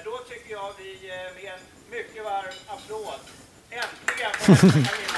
då tycker jag vi med en mycket varm applåd äntligen får Camilla.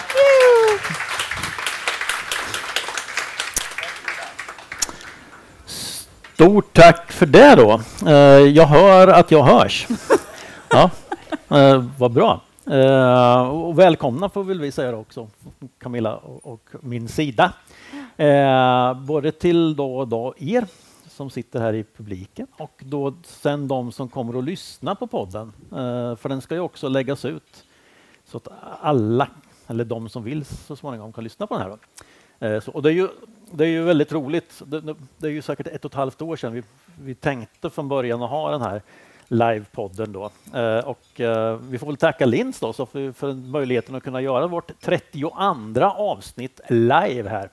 Stort tack för det då. Jag hör att jag hörs. Ja, vad bra. Och välkomna får väl vi säga också, Camilla och min sida. Både till då er som sitter här i publiken och då sen de som kommer att lyssna på podden. För den ska ju också läggas ut så att alla, eller de som vill så småningom kan lyssna på den här. Och det är ju väldigt roligt. Det är ju säkert 1,5 år sedan vi tänkte från början att ha den här livepodden då. Och vi får väl tacka Linds då för möjligheten att kunna göra vårt 32 avsnitt live här.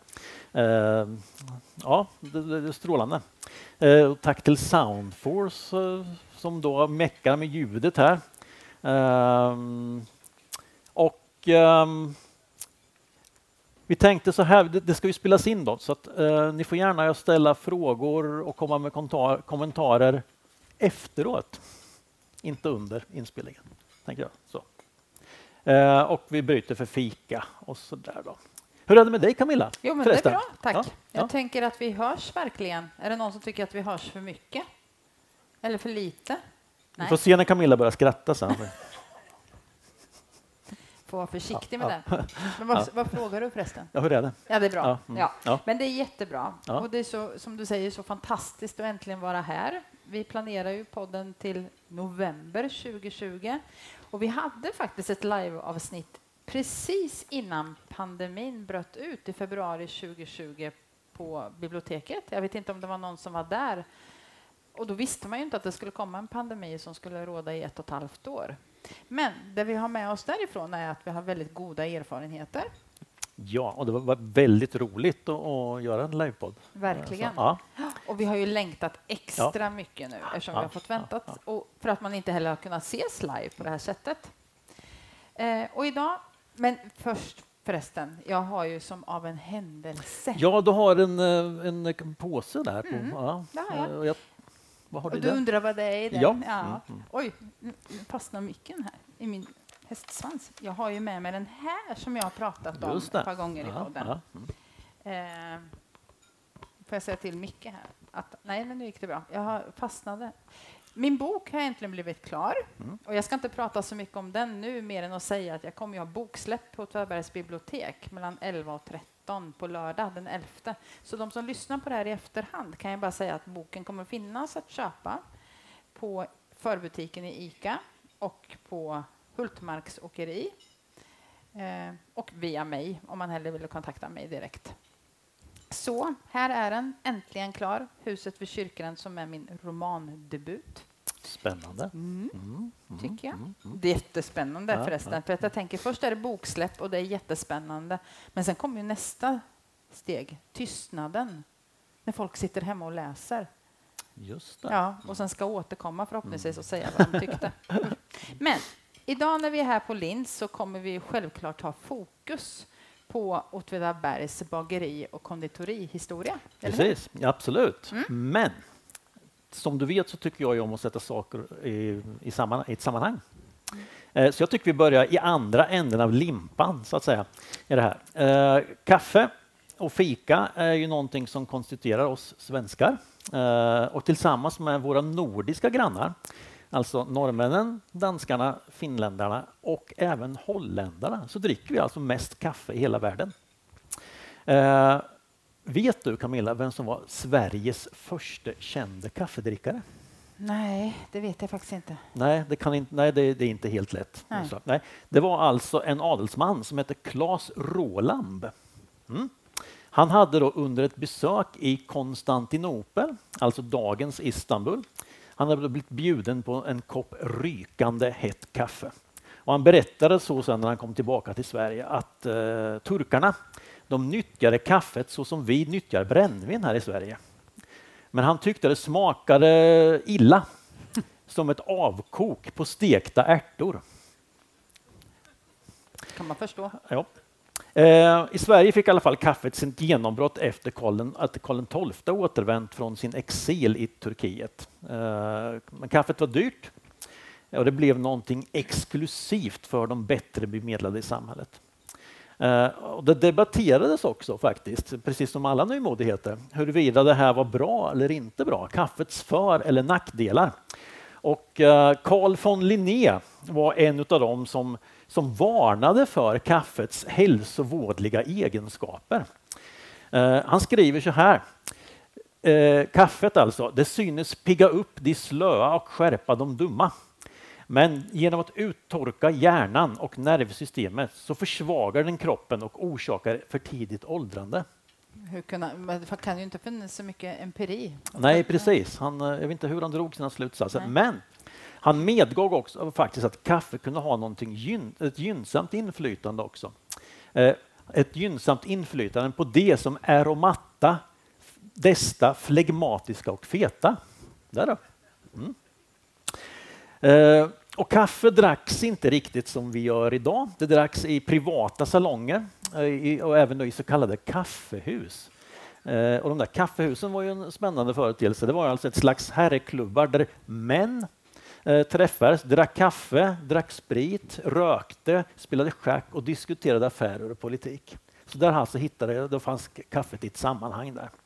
Ja, det är strålande. Tack till Soundforce som då meckar med ljudet här. Vi tänkte så här, det ska ju spelas in då, så att ni får gärna ställa frågor och komma med kommentarer efteråt. Inte under inspelningen, tänker jag. Så. Och vi bryter för fika och så där då. Hur är det med dig, Camilla? Jo, men förresten? det är bra, tack. Ja. Jag tänker att vi hörs verkligen. Är det någon som tycker att vi hörs för mycket? Eller för lite? Vi får se när Camilla börjar skratta sen. Får vara försiktig med det. Men vad frågar du förresten? Ja, hur är det? Ja, det är bra. Ja. Men det är jättebra. Ja. Och det är så, som du säger, så fantastiskt att äntligen vara här. Vi planerar ju podden till november 2020. Och vi hade faktiskt ett liveavsnitt precis innan pandemin bröt ut i februari 2020 på biblioteket. Jag vet inte om det var någon som var där. Och då visste man ju inte att det skulle komma en pandemi som skulle råda i 1,5 år. Men det vi har med oss därifrån är att vi har väldigt goda erfarenheter. Ja, och det var väldigt roligt att göra en livepodd. Verkligen. Så, Och vi har ju längtat extra mycket nu eftersom vi har fått väntat. Och för att man inte heller har kunnat ses live på det här sättet. Och idag, men först förresten, jag har ju som av en händelse. Ja, du har en påse där. Det har jag. Vad har och du undrar vad det är i den. Ja. Oj, nu fastnar micken här i min hästsvans. Jag har ju med mig den här som jag har pratat om ett par gånger i podden. Får jag säga till Micke här? Nej, men nu gick det bra. Jag har fastnade. Min bok har äntligen blivit klar. Och jag ska inte prata så mycket om den nu, mer än att säga att jag kommer att ha boksläpp på Tvärbergs bibliotek mellan 11 och 13 på lördag den 11. Så de som lyssnar på det här i efterhand kan jag bara säga att boken kommer att finnas att köpa på förbutiken i ICA och på Hultmarks åkeri. Och via mig om man hellre vill kontakta mig direkt. Så, här är den äntligen klar. Huset vid kyrkan som är min romandebut. Spännande. Tycker jag. Det är jättespännande förresten. För att jag tänker först är det boksläpp och det är jättespännande. Men sen kommer ju nästa steg. Tystnaden. När folk sitter hemma och läser. Just det. Ja, och sen ska återkomma förhoppningsvis och säga vad de tyckte. Men idag när vi är här på Linds så kommer vi självklart ha fokus på Åtvidabergs bageri- och konditorihistoria. Precis, absolut. Men som du vet så tycker jag om att sätta saker i ett sammanhang. Så jag tycker vi börjar i andra änden av limpan, så att säga. I det här. Kaffe och fika är ju någonting som konstituerar oss svenskar. Och tillsammans med våra nordiska grannar, alltså norrmännen, danskarna, finländarna och även holländarna, så dricker vi alltså mest kaffe i hela världen. Vet du, Camilla, vem som var Sveriges första kände kaffedrickare? Nej, det vet jag faktiskt inte. Nej, det är inte helt lätt. Nej. Det var alltså en adelsman som hette Claes Roland. Han hade då under ett besök i Konstantinopel, alltså dagens Istanbul, han hade blivit bjuden på en kopp rykande hett kaffe. Och han berättade så sen när han kom tillbaka till Sverige att turkarna, de nyttjade kaffet så som vi nyttjar brännvin här i Sverige. Men han tyckte det smakade illa, som ett avkok på stekta ärtor. Kan man förstå. Ja. I Sverige fick i alla fall kaffet sin genombrott efter att Karl XII återvänt från sin exil i Turkiet. Men kaffet var dyrt Och det blev någonting exklusivt för de bättre bemedlade i samhället. Och det debatterades också faktiskt, precis som alla nymodigheter, huruvida det här var bra eller inte bra. Kaffets för- eller nackdelar. Och Carl von Linné var en av dem som varnade för kaffets hälsovådliga egenskaper. Han skriver så här. Kaffet alltså, det synes pigga upp de slöa och skärpa de dumma. Men genom att uttorka hjärnan och nervsystemet så försvagar den kroppen och orsakar för tidigt åldrande. Men det kan ju inte finnas så mycket empiri. Nej, precis. Jag vet inte hur han drog sina slutsatser. Nej. Men han medgav också faktiskt att kaffe kunde ha ett gynnsamt inflytande också. Ett gynnsamt inflytande på det som är matta, desta, flegmatiska och feta. Där då. Och kaffe dracks inte riktigt som vi gör idag. Det dracks i privata salonger och även i så kallade kaffehus. Och de där kaffehusen var ju en spännande företeelse. Det var alltså ett slags herreklubbar där män träffades, drack kaffe, drack sprit, rökte, spelade schack och diskuterade affärer och politik. Så där alltså då fanns kaffet i ett sammanhang där.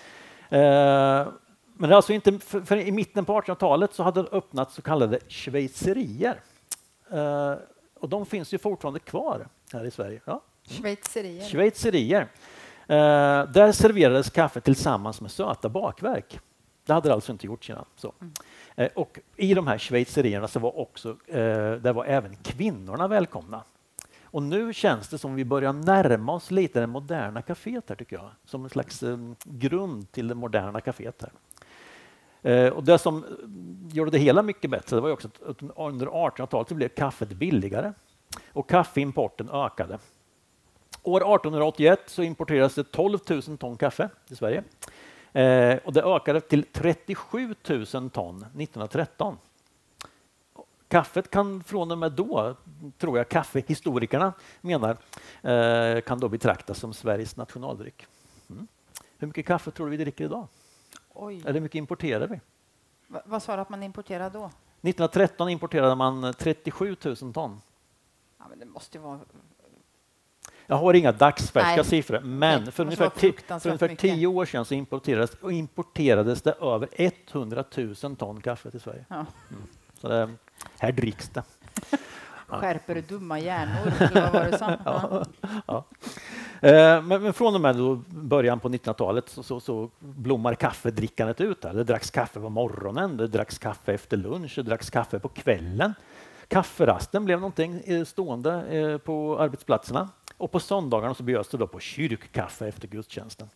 Men det är alltså inte, för i mitten på 1800-talet så hade det öppnat så kallade schweizerier. Och de finns ju fortfarande kvar här i Sverige. Ja. Schweizerier. Där serverades kaffe tillsammans med söta bakverk. Det hade det alltså inte gjort innan. Så. Och i de här schweizerierna så var också, där var även kvinnorna välkomna. Och nu känns det som vi börjar närma oss lite det moderna kaféet här tycker jag. Som en slags grund till det moderna kaféet här. Och det som gjorde det hela mycket bättre det var ju också att under 1800-talet så blev kaffet billigare och kaffeimporten ökade. År 1881 så importerades det 12 000 ton kaffe till Sverige och det ökade till 37 000 ton 1913. Kaffet kan från och med då, tror jag kaffehistorikerna menar, kan då betraktas som Sveriges nationaldryck. Hur mycket kaffe tror du vi dricker idag? Oj. Eller hur mycket importerar vi? Vad sa du att man importerade då? 1913 importerade man 37 000 ton. Ja, men det måste vara... Jag har inga dagsfärska siffror, men för ungefär 10 mycket. år sedan så importerades det över 100 000 ton kaffe till Sverige. Ja. Så det, här dricks det. Skärper dumma hjärnor, eller vad var det som? Ja. Men från och med då början på 1900-talet så blommar kaffedrickandet ut. Där. Det dracks kaffe på morgonen, det dracks kaffe efter lunch, det dracks kaffe på kvällen. Kafferasten blev någonting stående på arbetsplatserna. Och på söndagarna så bjöds det då på kyrkkaffe efter gudstjänsten.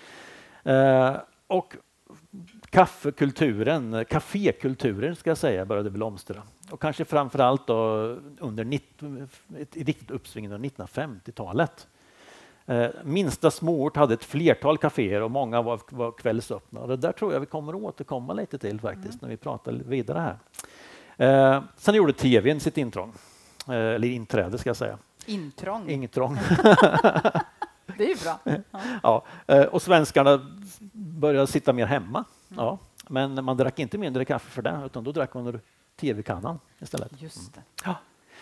Och kafékulturen ska jag säga började blomstra. Och kanske framförallt då under ett riktigt uppsving under 1950-talet. Minsta småort hade ett flertal kaféer och många var kvällsöppna. Och det där tror jag vi kommer att återkomma lite till faktiskt när vi pratar vidare här. Sen gjorde tvn sitt intrång. Eller inträde ska jag säga. Intrång. Det är ju bra. Ja. Och svenskarna började sitta mer hemma. Ja. Men man drack inte mindre kaffe för det, utan då drack man ur tv-kannan istället. Just det. Ja.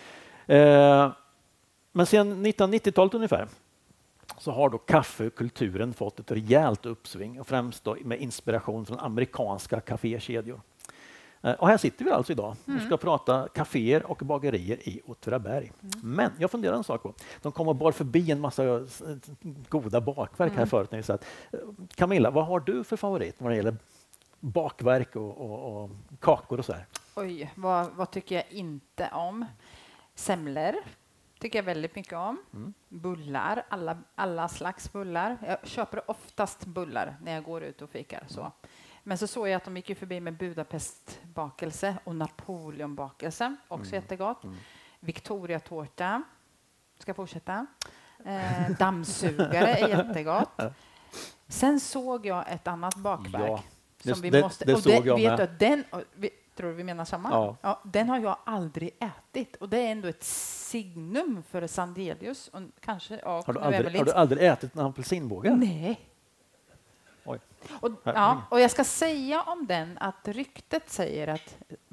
Men sedan 1990-talet ungefär så har då kaffekulturen fått ett rejält uppsving och främst då med inspiration från amerikanska kafékedjor. Och här sitter vi alltså idag och ska prata kaféer och bagerier i Åtvidaberg. Men jag funderar en sak på. De kommer bara förbi en massa goda bakverk här förut. När vi satt. Camilla, vad har du för favorit vad det gäller bakverk och kakor och så här? Oj, vad tycker jag inte om? Semlor tycker jag väldigt mycket om. Bullar, alla slags bullar. Jag köper oftast bullar när jag går ut och fikar. Så. Men så såg jag att de gick förbi med Budapestbakelse och Napoleonbakelse. Också jättegott. Victoria-tårta. Ska fortsätta. Dammsugare är jättegott. Sen såg jag ett annat bakverk. Ja, som det såg jag med. Tror du vi menar samma? Ja. Ja, den har jag aldrig ätit. Och det är ändå ett signum för Sandelius. Och kanske, ja, har du aldrig ätit en apelsinbåge? Nej. Oj. Och jag ska säga om den att ryktet säger att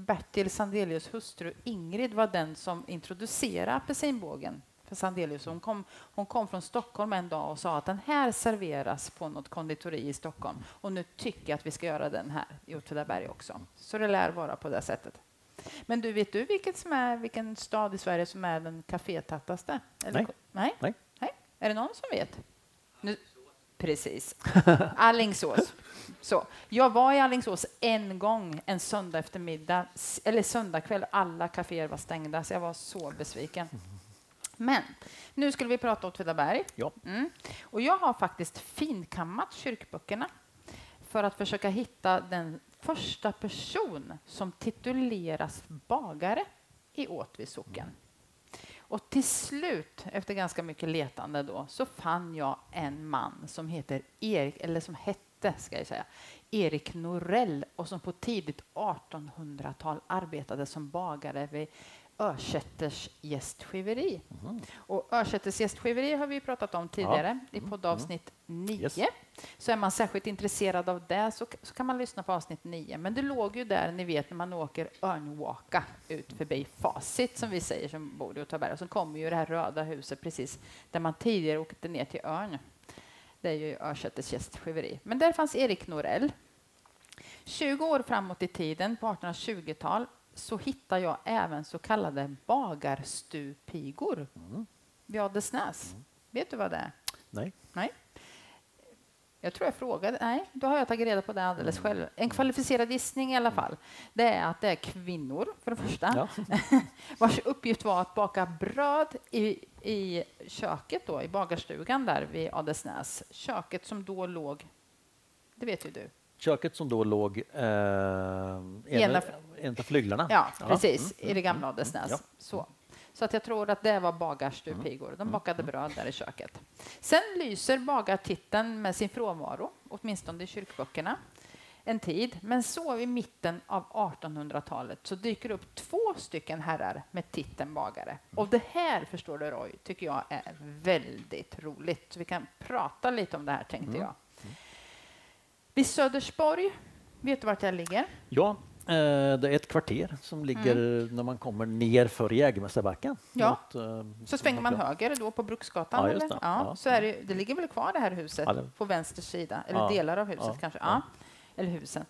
Bertil Sandelius hustru Ingrid var den som introducerade apelsinbågen för Sandelius. Hon kom från Stockholm en dag och sa att den här serveras på något konditori i Stockholm. Och nu tycker jag att vi ska göra den här i Åtvidaberg också. Så det lär vara på det sättet. Men vet du vilken stad i Sverige som är den kafétattaste? Nej. Är det någon som vet? Precis. Alingsås. Så. Jag var i Alingsås en gång en söndag eftermiddag, eller söndagkväll. Alla kaféer var stängda, så jag var så besviken. Men nu skulle vi prata om Åtvidaberg. Ja. Och jag har faktiskt finkammat kyrkböckerna för att försöka hitta den första person som tituleras bagare i Åtvid socken. Och till slut, efter ganska mycket letande då, så fann jag en man som hette Erik Norell, och som på tidigt 1800-tal arbetade som bagare vid Örsätters gästgiveri. Och Örsätters gästgiveri har vi pratat om tidigare i poddavsnitt 9. Yes. Så är man särskilt intresserad av det så kan man lyssna på avsnitt 9. Men det låg ju där, ni vet, när man åker Örnwaka ut förbi Facit, som vi säger, som bor i Åtvidaberg. Och så kommer ju det här röda huset precis där man tidigare åkte ner till Örn. Det är ju Örsätters gästgiveri. Men där fanns Erik Norell. 20 år framåt i tiden, på 1820-tal, så hittar jag även så kallade bagarstupigor vid Adelsnäs. Vet du vad det är? Nej. Jag tror jag frågade. Nej, då har jag tagit reda på det alldeles själv. En kvalificerad gissning i alla fall. Det är att det är kvinnor, för det första. Ja. Vars uppgift var att baka bröd i köket då, i bagarstugan där vid Adelsnäs. Köket som då låg, det vet ju du. Köket som då låg en av flyglarna. Ja, precis. I det gamla Adelsnäs. Ja. Så att jag tror att det var bagarstupigor. De bakade bröd där i köket. Sen lyser bagartiteln med sin frånvaro, åtminstone i kyrkböckerna, en tid. Men så i mitten av 1800-talet så dyker upp 2 stycken herrar med titeln bagare. Och det här, förstår du Roy, tycker jag är väldigt roligt. Så vi kan prata lite om det här, tänkte jag. Vid Södersborg, vet du vart jag ligger? Ja, det är ett kvarter som ligger när man kommer ner för Jägermästarbacken. Ja, så svänger man höger då på Bruksgatan. Ja, just det. Ja. Så är det ligger väl kvar det här huset på vänster sida, eller delar av huset kanske. Ja. Eller husen.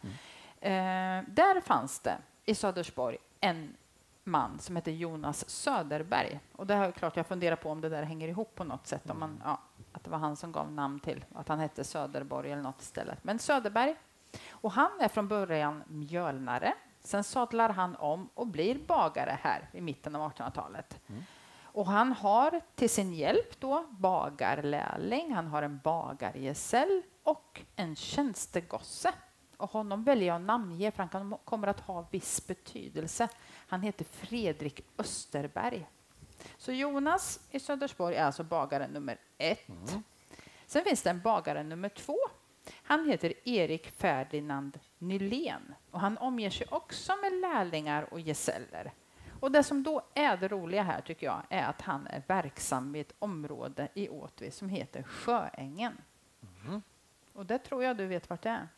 Där fanns det i Södersborg en man som heter Jonas Söderberg. Och det är klart jag funderar på om det där hänger ihop på något sätt. Om att det var han som gav namn till att han hette Söderborg eller något istället. Men Söderberg. Och han är från början mjölnare. Sen sadlar han om och blir bagare här i mitten av 1800-talet. Och han har till sin hjälp då bagarlärling. Han har en bagargesäll och en tjänstegosse. Och honom väljer jag att namnge för han kommer att ha viss betydelse. Han heter Fredrik Österberg. Så Jonas i Södersborg är alltså bagare nummer 1. Sen finns det en bagare nummer 2. Han heter Erik Ferdinand Nylén. Och han omger sig också med lärlingar och gesäller. Och det som då är det roliga här tycker jag är att han är verksam vid ett område i Åtvid som heter Sjöängen. Och det tror jag du vet vart det är.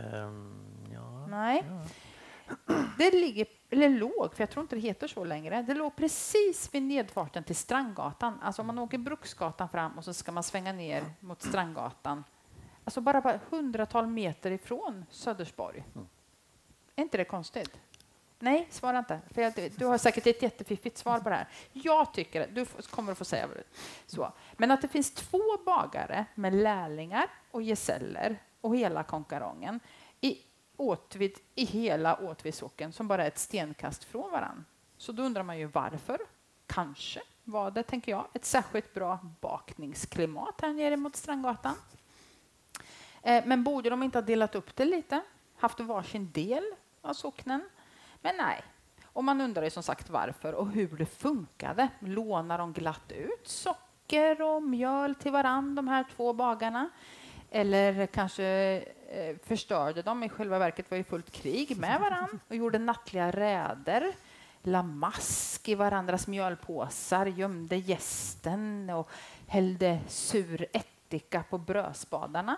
Ja. Nej. Det låg, för jag tror inte det heter så längre. Det låg precis vid nedfarten till Strandgatan. Alltså om man åker Bruksgatan fram och så ska man svänga ner mot Strandgatan. Alltså bara 100-tal meter ifrån Södersborg. Är inte det konstigt? Nej, svara inte. För du har säkert ett jättefiffigt svar på det här. Jag tycker, du kommer att få säga så. Men att det finns 2 bagare med lärlingar och gesäller och hela konkarongen i hela Åtvidsocken som bara är ett stenkast från varann. Så då undrar man ju varför. Kanske var det, tänker jag, ett särskilt bra bakningsklimat här nere mot Strandgatan. Men borde de inte ha delat upp det lite? Haft varsin del av socknen? Men nej. Och man undrar ju som sagt varför och hur det funkade. Lånar de glatt ut socker och mjöl till varann, de här 2 bagarna? Eller kanske förstörde de, i själva verket var ju fullt krig med varann och gjorde nattliga räder, la mask i varandras mjölpåsar, gömde gästen och hällde sur ättika på brödspadarna.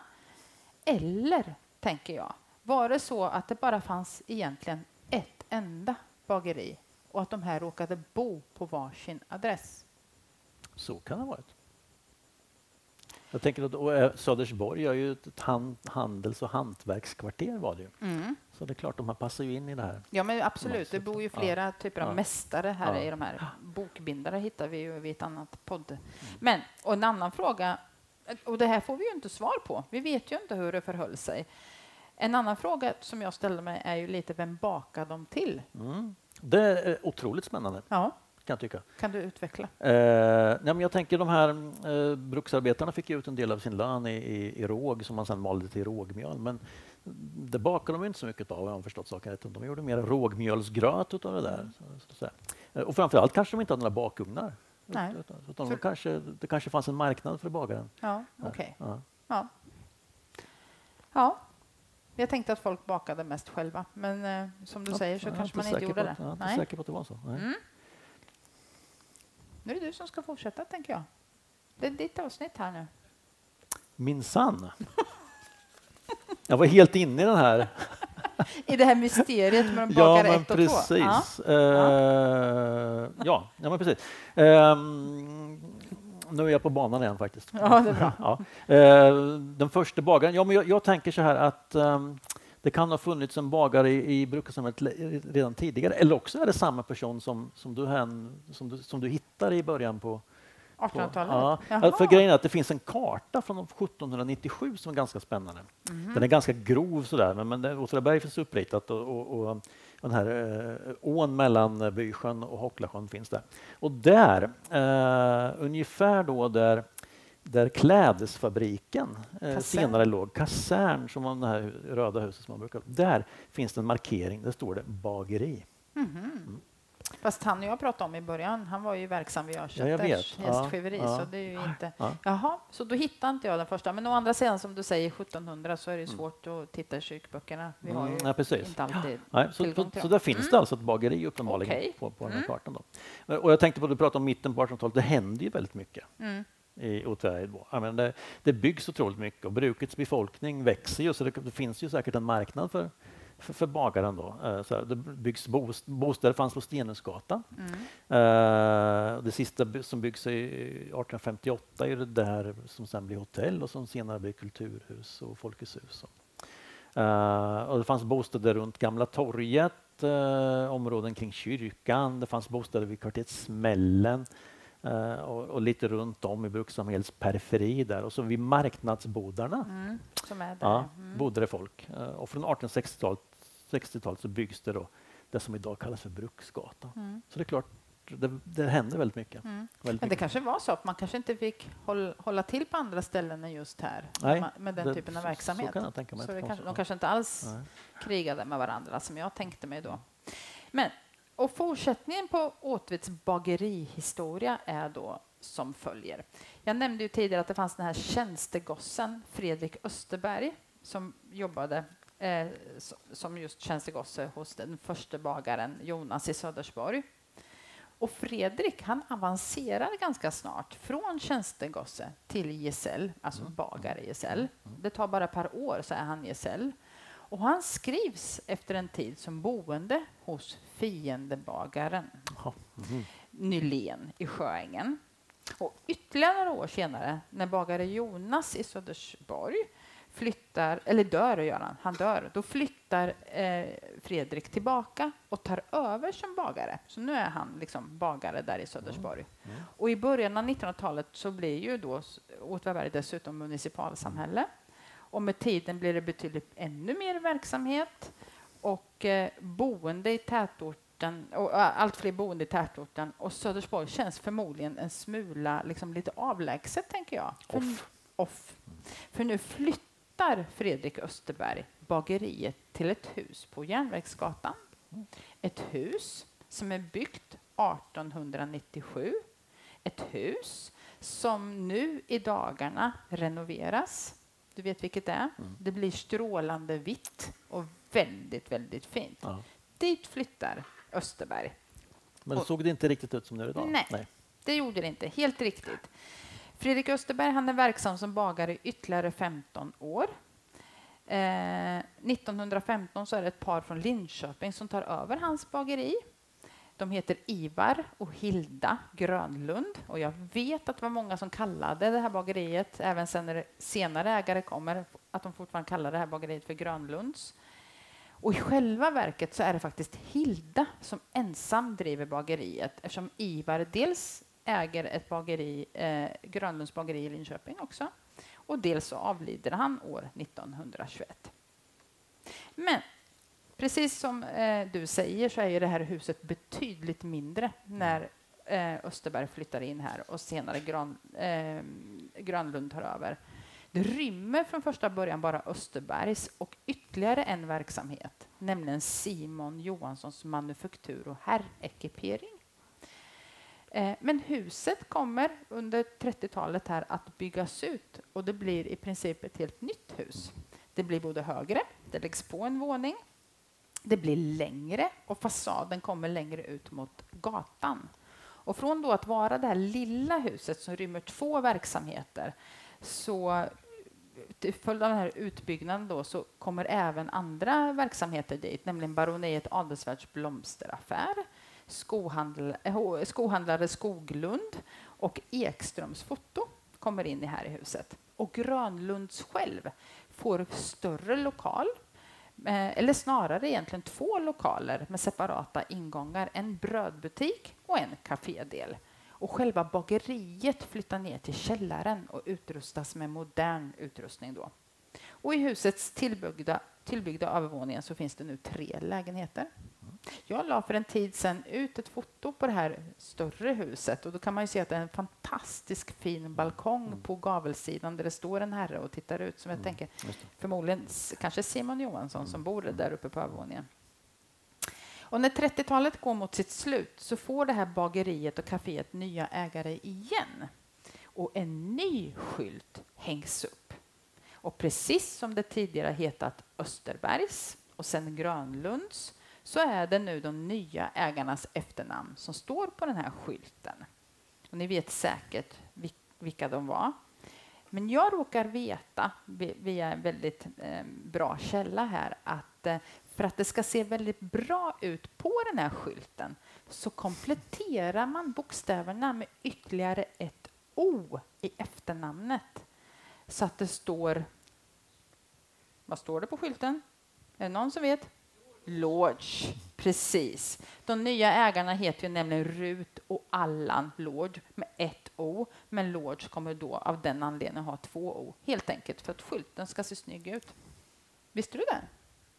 Eller, tänker jag, var det så att det bara fanns egentligen ett enda bageri och att de här råkade bo på varsin adress. Så kan det ha varit. Jag tänker att Södersborg är ju ett handels- och hantverkskvarter var det ju. Så det är klart, de här passar ju in i det här. Ja, men absolut. Det bor ju flera typer av mästare här Ja. i de här. Bokbindare hittar vi ju vid ett annat podd. Men, och en annan fråga, och det här får vi ju inte svar på. Vi vet ju inte hur det förhöll sig. En annan fråga som jag ställde mig är ju lite, vem bakar de till? Det är otroligt spännande. Ja. Kan jag tycka. Kan du utveckla? Nej, men jag tänker de här bruksarbetarna fick ut en del av sin lön i råg som man sedan malde till rågmjöl. Men det bakade de inte så mycket av, jag har förstått saken rätt. De gjorde mer rågmjölsgröt utav det där. Och framförallt kanske de inte hade några bakugnar. Nej. Utan det kanske fanns en marknad för bagaren. Ja, okej. Ja. Ja. Jag tänkte att folk bakade mest själva. Men som du säger så kanske man inte gjorde det. Jag är inte säker på att det var så. Nej. Nu är det du som ska fortsätta, tänker jag. Det är ditt avsnitt här nu. Minsann. Jag var helt inne i den här. I det här mysteriet med de bakar ett och precis. två. Ja, men precis. Nu är jag på banan igen faktiskt. Ja, det är bra. Ja. Den första bagaren. Ja, men jag tänker så här att det kan ha funnits en bagare i brukarsamhället redan tidigare. Eller också är det samma person som du hittar i början på 1800-talet? Ja, för grejen är att det finns en karta från 1797 som är ganska spännande. Den är ganska grov sådär, men Åtvidaberg finns uppritat och den här ån mellan Bysjön och Hocklasjön finns där. Och där, ungefär då där klädesfabriken senare låg, kasern som var det här röda huset som man brukar, där finns det en markering, där står det bageri. Fast han och jag pratade om i början, han var ju verksam vid Örsätters gästgiveri, så det är ju inte... Jaha, så då hittar inte jag den första. Men å andra sidan, som du säger, 1700 så är det svårt att titta i kyrkböckerna. Vi har ju inte alltid tillgång till så där finns det alltså ett bageri uppenbarligen på den här kartan. Då. Och jag tänkte på att du pratade om mitten på 1800-talet, det händer ju väldigt mycket. I Åtvidaberg. Det byggs otroligt mycket och brukets befolkning växer ju, så det finns ju säkert en marknad för bagaren då. Så det byggs bostäder, fanns på Stenhusgatan. Det sista som byggs i 1858 är det där som sen blir hotell och som senare blir kulturhus och Folkets hus. Och det fanns bostäder runt Gamla torget, områden kring kyrkan. Det fanns bostäder vid kvarteret Smällen. Och lite runt om i brukssamhällets periferi där. Och så vid marknadsbodarna som är där. bodde det folk. Och från 1860-talet så byggs det då det som idag kallas för Bruksgatan. Så det är klart, det händer väldigt mycket. Men det kanske var så att man kanske inte fick hålla till på andra ställen än just här. Med den typen av verksamhet. Så kan jag tänka mig. Så de kanske inte alls krigade med varandra som jag tänkte mig då. Men och fortsättningen på Åtvids bagerihistoria är då som följer. Jag nämnde ju tidigare att det fanns den här tjänstegossen Fredrik Österberg som jobbade som just tjänstegosse hos den första bagaren Jonas i Södersborg. Och Fredrik, han avancerar ganska snart från tjänstegosse till gesäll, alltså bagare gesäll. Det tar bara ett par år så är han gesäll. Och han skrivs efter en tid som boende hos fiendebagaren Nylén i Sjöängen. Och ytterligare några år senare, när bagare Jonas i Södersborg dör, då flyttar Fredrik tillbaka och tar över som bagare. Så nu är han liksom bagare där i Södersborg. Och i början av 1900-talet så blir ju då Åtvidaberg dessutom municipalsamhälle. Och med tiden blir det betydligt ännu mer verksamhet och boende i tätorten och allt fler boende i tätorten. Och Södersborg känns förmodligen en smula liksom lite avlägset, tänker jag. För nu flyttar Fredrik Österberg bageriet till ett hus på Järnvägsgatan. Ett hus som är byggt 1897. Ett hus som nu i dagarna renoveras. Du vet vilket det är? Det blir strålande vitt och väldigt, väldigt fint. Ja. Dit flyttar Österberg. Men det såg det inte riktigt ut som det är idag? Nej, det gjorde det inte. Helt riktigt. Fredrik Österberg, han är verksam som bagare i ytterligare 15 år. 1915 så är det ett par från Linköping som tar över hans bageri. De heter Ivar och Hilda Grönlund. Och jag vet att det var många som kallade det här bageriet, även sen när senare ägare kommer, att de fortfarande kallar det här bageriet för Grönlunds. Och i själva verket så är det faktiskt Hilda som ensam driver bageriet, eftersom Ivar dels äger ett bageri, Grönlunds bageri i Linköping också, och dels så avlider han år 1921. Men precis som du säger så är ju det här huset betydligt mindre när Österberg flyttar in här och senare Grönlund tar över. Det rymmer från första början bara Österbergs och ytterligare en verksamhet, nämligen Simon Johanssons manufaktur och herrekipering. Men huset kommer under 30-talet här att byggas ut och det blir i princip ett helt nytt hus. Det blir både högre, det läggs på en våning, det blir längre och fasaden kommer längre ut mot gatan. Och från då att vara det här lilla huset som rymmer 2 verksamheter, så till följd av den här utbyggnaden då, så kommer även andra verksamheter dit, nämligen Baroniet Adelsvärds blomsteraffär, skohandlare Skoglund och Ekströms foto kommer in i här i huset. Och Grönlunds själv får större lokal, eller snarare egentligen 2 lokaler med separata ingångar, en brödbutik och en kafédel. Och själva bageriet flyttar ner till källaren och utrustas med modern utrustning då. Och i husets tillbyggda övervåningen så finns det nu 3 lägenheter. Jag la för en tid sedan ut ett foto på det här större huset och då kan man ju se att det är en fantastisk fin balkong på gavelsidan där det står en herre och tittar ut, som jag tänker förmodligen kanske Simon Johansson som bor där uppe på övervåningen. Och när 30-talet går mot sitt slut så får det här bageriet och kaféet nya ägare igen. Och en ny skylt hängs upp. Och precis som det tidigare hetat Österbergs och sen Grönlunds, så är det nu de nya ägarnas efternamn som står på den här skylten. Och ni vet säkert vilka de var. Men jag råkar veta via en väldigt bra källa här att för att det ska se väldigt bra ut på den här skylten så kompletterar man bokstäverna med ytterligare ett O i efternamnet. Så att det står... Vad står det på skylten? Är det någon som vet? Lodge, precis. De nya ägarna heter ju nämligen Rut och Allan Lodge med ett O. Men Lodge kommer då av den anledningen ha 2 O. Helt enkelt för att skylten ska se snygg ut. Visste du det?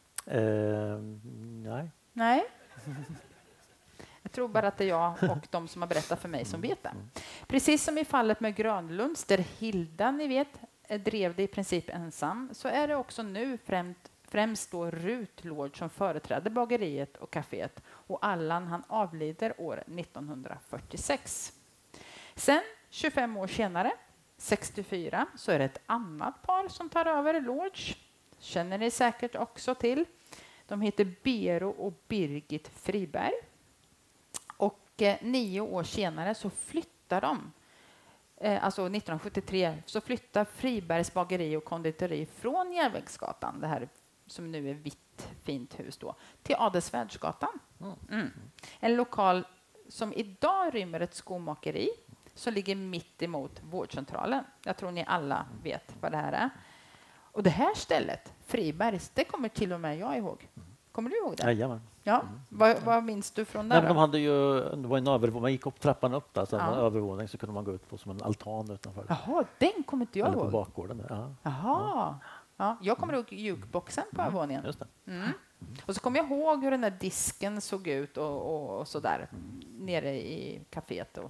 Nej. Nej. Jag tror bara att det är jag och de som har berättat för mig som vet det. Precis som i fallet med Grönlunds, där Hilda, ni vet, drev det i princip ensam, så är det också nu främst då Rut Lodge som företräder bageriet och kaféet. Och Allan, han avlider år 1946. Sen, 25 år senare, 64, så är det ett annat par som tar över Lodge. Känner ni säkert också till. De heter Bero och Birgit Friberg. Och 9 år senare så flyttar de, alltså 1973, så flyttar Fribergs bageri och konditori från Järnvägsgatan, det här som nu är vitt fint hus då, till Adelsvärdsgatan. En lokal som idag rymmer ett skomakeri som ligger mitt emot vårdcentralen. Jag tror ni alla vet vad det här är. Och det här stället, Fribergs, det kommer till och med jag ihåg. Kommer du ihåg det? Jajamän. Ja. Vad minns du från där? Nej, de hade ju, det var en övervåning, man gick upp trappan upp där, så en övervåning, så kunde man gå ut på som en altan utanför. Jaha, den kommer inte jag ihåg. ihåg. På bakgården där. Ja. Jaha. Ja, jag kommer ihåg jukeboxen på övervåningen. Just det. Och så kommer jag ihåg hur den där disken såg ut och så där nere i kaféet då.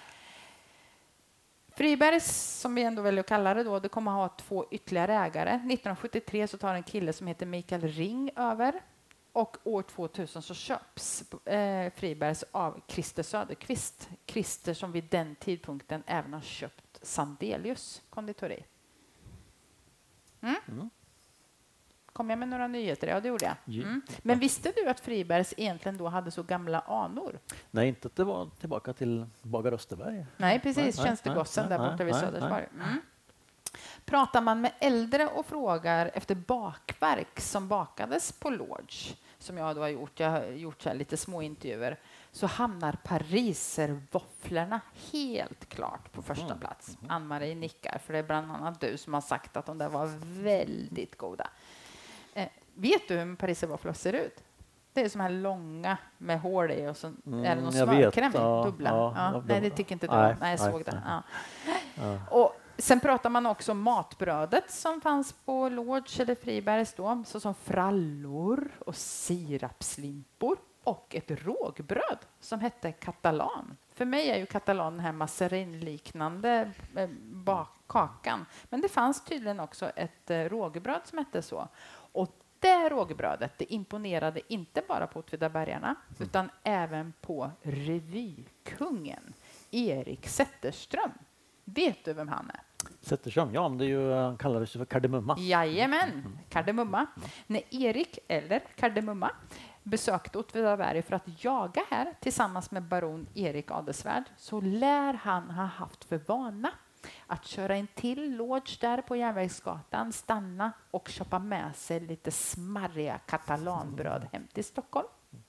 Fribergs, som vi ändå väljer att kalla det då, det kommer ha 2 ytterligare ägare. 1973 så tar en kille som heter Mikael Ring över. Och år 2000 så köps Fribergs av Christer Söderqvist. Christer som vid den tidpunkten även har köpt Sandelius konditori. Kom jag med några nyheter? Ja, det gjorde jag. Men visste du att Fribergs egentligen då hade så gamla anor? Nej, inte att det var tillbaka till Bagar Österberg. Nej, precis. Tjänstegossen där borta vid Södersborg. Pratar man med äldre och frågar efter bakverk som bakades på Lodge, som jag då har gjort så här lite små intervjuer, så hamnar pariservåfflorna helt klart på första plats. Ann-Marie nickar, för det är bland annat du som har sagt att de där var väldigt goda. Vet du hur pariservåfflor ser ut? Det är som här långa med hål i och så är det någon smörkräm i, dubbla. Nej, det tycker inte du. Nej, jag såg det. Ja. Och sen pratar man också om matbrödet som fanns på Lodge eller Fribergs då, såsom frallor och sirapslimpor och ett rågbröd som hette katalan. För mig är ju katalan den här massarinliknande kakan, men det fanns tydligen också ett rågbröd som hette så. Och det rågbrödet, det imponerade inte bara på Åtvidabergarna utan även på revykungen Erik Zetterström. Vet du vem han är? Zetterström, ja, det är ju, han kallades för Kardemumma. Jajamän, Kardemumma. När Erik, eller Kardemumma, besökte Åtvidaberg för att jaga här tillsammans med baron Erik Adelsvärd, så lär han ha haft för vana att köra in till Lodge där på Järnvägsgatan, stanna och köpa med sig lite smarriga katalanbröd hem till Stockholm.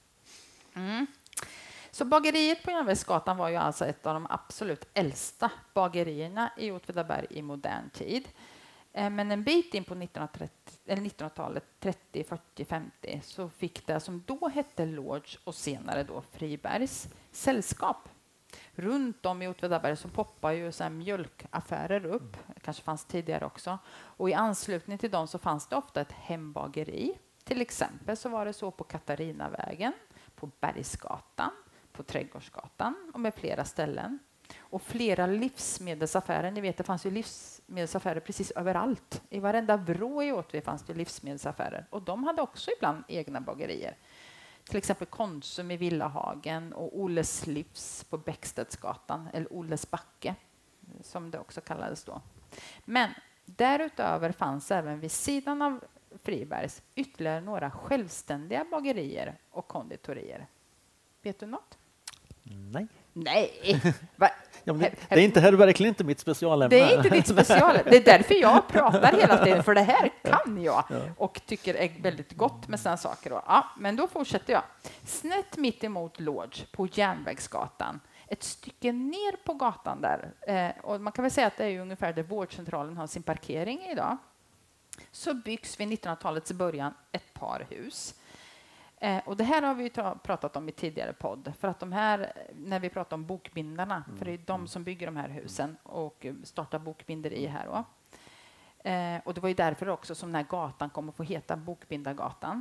Så bageriet på Järnvägsgatan var ju alltså ett av de absolut äldsta bagerierna i Åtvidaberg i modern tid. Men en bit in på 1900-talet, 30, 40, 50, så fick det som då hette Lodge och senare då Fribergs sällskap. Runt om i Åtvidaberg så poppar ju så här mjölkaffärer upp. Det kanske fanns tidigare också. Och i anslutning till dem så fanns det ofta ett hembageri. Till exempel så var det så på Katarinavägen, på Bergsgatan, på Trädgårdsgatan och med flera ställen. Och flera livsmedelsaffärer. Ni vet, det fanns ju livsmedelsaffärer precis överallt. I varenda vrå i Åtvid fanns det livsmedelsaffärer. Och de hade också ibland egna bagerier. Till exempel Konsum i Villahagen och Oles Livs på Bäckstedsgatan, eller Oles Backe, som det också kallades då. Men därutöver fanns även vid sidan av Fribergs ytterligare några självständiga bagerier och konditorier. Vet du något? Nej. Nej! Ja, det är inte här verkligen inte mitt specialämne. Det är inte ditt specialämne. Det är därför jag pratar hela tiden, för det här kan jag och tycker är väldigt gott med sådana saker. Ja, men då fortsätter jag. Snett mitt emot Lodge på Järnvägsgatan, ett stycke ner på gatan där, och man kan väl säga att det är ungefär där vårdcentralen har sin parkering idag, så byggs vid 1900-talets början ett par hus. Och det här har vi pratat om i tidigare podd, för att de här, när vi pratar om bokbindarna, för det är de som bygger de här husen och startar bokbinderi här då. Och det var ju därför också som den här gatan kommer att få heta Bokbindargatan.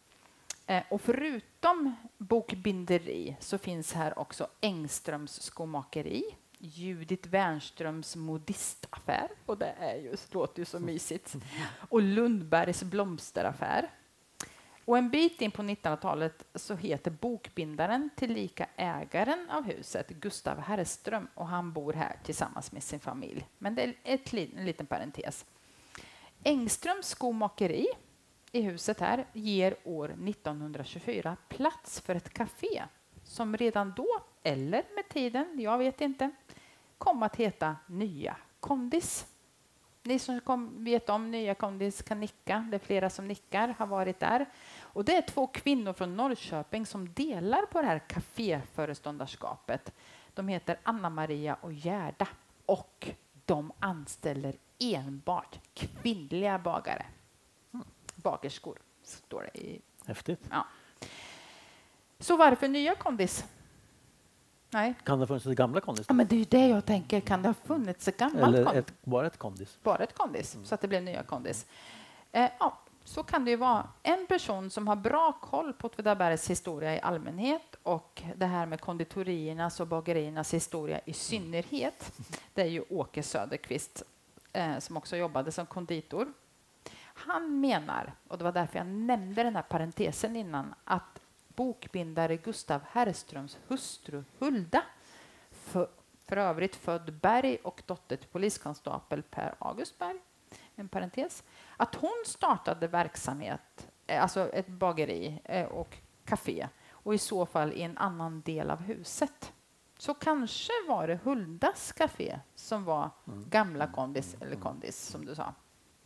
Och förutom bokbinderi så finns här också Engströms skomakeri, Judith Wernströms modistaffär, och det är ju, låter ju så mysigt, och Lundbergs blomsteraffär. Och en bit in på 1900-talet så heter bokbindaren tillika ägaren av huset Gustav Herrström, och han bor här tillsammans med sin familj. Men det är en liten parentes. Engströms skomakeri i huset här ger år 1924 plats för ett café som redan då, eller med tiden, jag vet inte, kom att heta Nya Kondis. Ni som vet om Nya Kondis kan nicka. Det är flera som nickar, har varit där. Och det är 2 kvinnor från Norrköping som delar på det här kaféföreståndarskapet. De heter Anna-Maria och Gerda. Och de anställer enbart kvinnliga bagare. Bagerskor, står det i. Häftigt. Ja. Så varför Nya Kondis? Nej. Kan det ha funnits ett gamla kondis? Ja, men det är ju det jag tänker. Kan det ha funnits ett gammalt kondis? Bara ett kondis? Bara ett kondis, så att det blev Nya Kondis. Ja, så kan det ju vara. En person som har bra koll på Åtvidabergs historia i allmänhet och det här med konditoriernas och bageriernas historia i synnerhet, det är ju Åke Söderqvist, som också jobbade som konditor. Han menar, och det var därför jag nämnde den här parentesen innan, att bokbindare Gustav Herrströms hustru Hulda, för övrigt född Berg och dotter till poliskonstapel Per August Berg, en parentes, att hon startade verksamhet, alltså ett bageri och café, och i så fall i en annan del av huset. Så kanske var det Huldas café som var gamla Kondis, eller Kondis som du sa.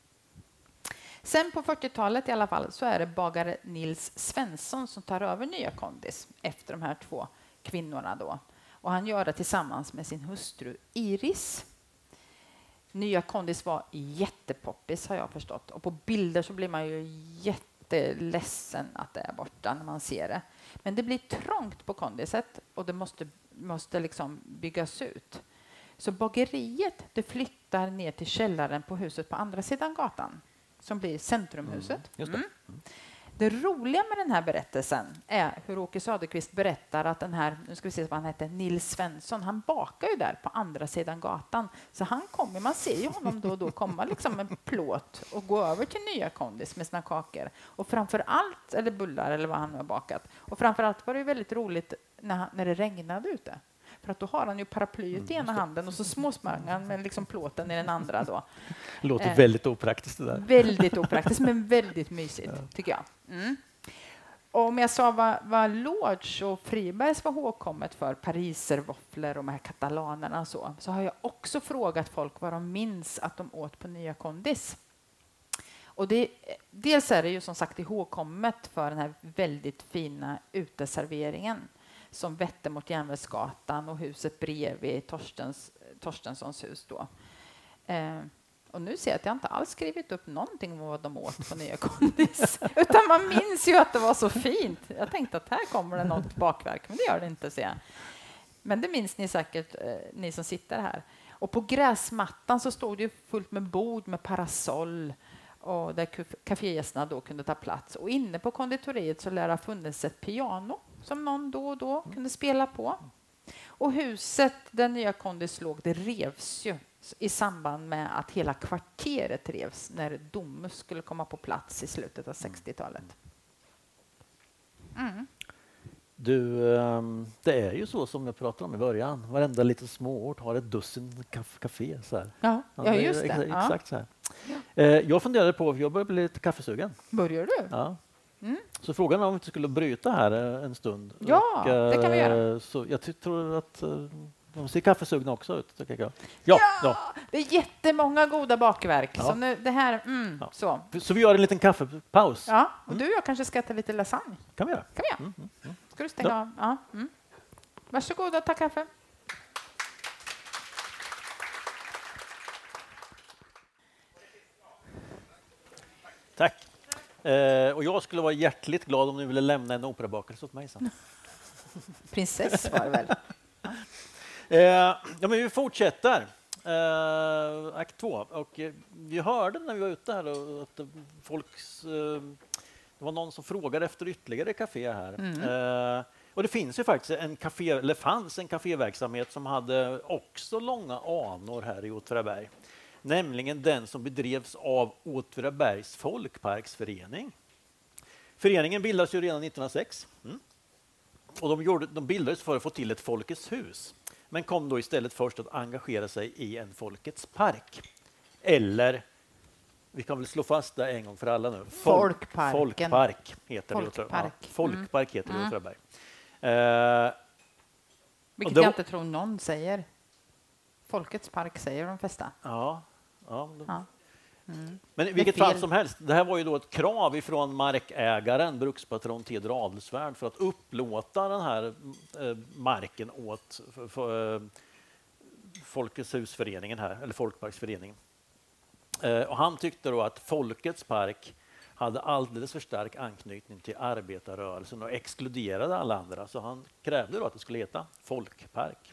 Sen på 40-talet i alla fall så är det bagare Nils Svensson som tar över nya Kondis efter de här 2 kvinnorna då. Och han gör det tillsammans med sin hustru Iris. Nya Kondis var jättepoppis har jag förstått. Och på bilder så blir man ju jätteledsen att det är borta när man ser det. Men det blir trångt på kondiset och det måste liksom byggas ut. Så bageriet det flyttar ner till källaren på huset på andra sidan gatan som blir centrumhuset. Just det. Det roliga med den här berättelsen är hur Åke Söderqvist berättar att den här, nu ska vi se vad han heter, Nils Svensson, han bakar ju där på andra sidan gatan. Så han kommer, man ser ju honom då och då komma liksom med plåt och gå över till nya Kondis med sina kakor. Och framför allt, eller bullar eller vad han har bakat. Och framför allt var det väldigt roligt när det regnade ute. För att då har han ju paraplyet i ena handen och så småsprang han med liksom plåten i den andra då. Det låter väldigt opraktiskt det där. Väldigt opraktiskt men väldigt mysigt tycker jag. Och om jag sa vad Lodge och Fribergs var ihågkommet för pariservåfflor och de här katalanerna så har jag också frågat folk vad de minns att de åt på nya Kondis. Och dels är det ju som sagt ihågkommet för den här väldigt fina uteserveringen som vette mot Järnvägsgatan och huset bredvid Torstenssons hus då. Och nu ser jag att jag inte alls skrivit upp någonting om vad de åt på nya Kondis. Utan man minns ju att det var så fint. Jag tänkte att här kommer det något bakverk, men det gör det inte, ser jag. Men det minns ni säkert, ni som sitter här. Och på gräsmattan så stod det ju fullt med bord med parasoll och där kafégästerna då kunde ta plats. Och inne på konditoriet så lär det ha funnits ett piano som någon då och då kunde spela på. Och huset där nya Kondis låg, det revs ju i samband med att hela kvarteret revs när Domus skulle komma på plats i slutet av 60-talet. Du, det är ju så som jag pratade om i början. Varenda liten småort har ett dussin café. Så här. Ja, just det. Exakt så här. Jag funderade på, jag börjar bli lite kaffesugen. Börjar du? Ja. Så frågan är om vi inte skulle bryta här en stund. Ja, det kan vi göra. Så jag tror att de ser kaffesugna också ut. Ja, det är jättemånga goda bakverk. Ja. Så nu, det här, Så vi gör en liten kaffepaus. Ja, och jag kanske ska äta lite lasagne. Kan vi göra? Ska du stänga av? Ja. Varsågod och ta kaffe. Tack. Och jag skulle vara hjärtligt glad om ni ville lämna en operabakelse åt mig sen. Prinsess var det väl? Men vi fortsätter. Akt 2. Och vi hörde när vi var ute här att det var någon som frågade efter ytterligare café här. Och det finns ju faktiskt fanns en kaféverksamhet som hade också långa anor här i Åtvidaberg. Nämligen den som bedrevs av Åtvidabergs folkparksförening. Föreningen bildades ju redan 1906. Och de bildades för att få till ett Folkets hus. Men kom då istället först att engagera sig i en Folkets park. Eller, vi kan väl slå fast det en gång för alla nu. Folkpark heter det. Folkpark heter det i Åtvidaberg. Vilket jag inte tror någon säger. Folkets park säger de flesta. Ja. Men i vilket fall som helst, det här var ju då ett krav ifrån markägaren, brukspatron Teodor Adelsvärd, för att upplåta den här marken åt Folkets husföreningen här, eller Folkparksföreningen. Och han tyckte då att Folkets park hade alldeles för stark anknytning till arbetarrörelsen och exkluderade alla andra, så han krävde då att det skulle heta Folkpark.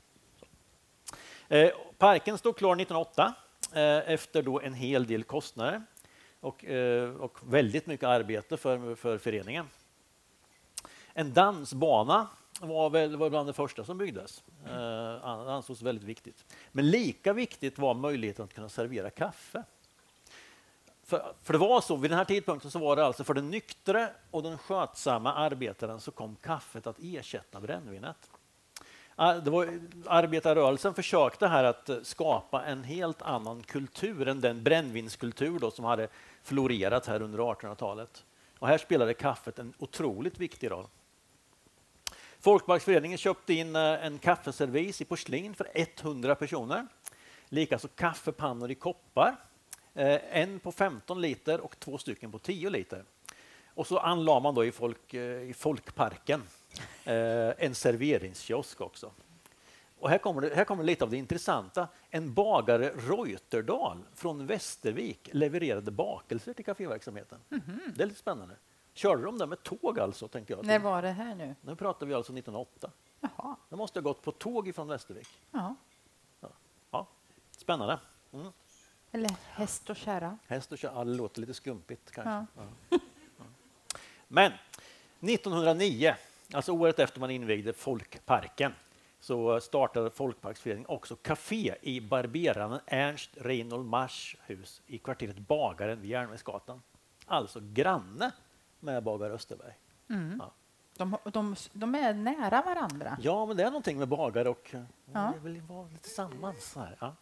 Parken stod klar 1908 efter då en hel del kostnader och väldigt mycket arbete för föreningen. En dansbana var bland det första som byggdes. Det ansågs väldigt viktigt. Men lika viktigt var möjligheten att kunna servera kaffe. För det var så, vid den här tidpunkten så var det alltså för den nyktre och den skötsamma arbetaren så kom kaffet att ersätta brännvinet. Det var, arbetarrörelsen försökte här att skapa en helt annan kultur än den brännvinskultur då som hade florerat här under 1800-talet. Och här spelade kaffet en otroligt viktig roll. Folkparksföreningen köpte in en kaffeservis i porslin för 100 personer. Likaså kaffepannor i koppar. En på 15 liter och 2 stycken på 10 liter. Och så anlade man då i folkparken en serveringskiosk också. Och här kommer lite av det intressanta. En bagare Reuterdal från Västervik levererade bakelser till kaféverksamheten. Det är lite spännande. Körde de där med tåg alltså, tänker jag. När var det här nu? Nu pratar vi alltså 1908. Jaha. De måste ha gått på tåg ifrån Västervik. Ja. Ja. Spännande. Eller häst och kärra. Häst och kärra, det låter lite skumpigt kanske. Ja. Ja. Men 1909, alltså året efter man invigde Folkparken, så startade Folkparksföreningen också café i barberaren Ernst Reinhold Mars hus i kvarteret Bagaren vid Järnvägsgatan. Alltså granne med bagare Österberg. Ja. De är nära varandra. Ja, men det är någonting med bagare och Ja. vill vara lite sammans här. Ja.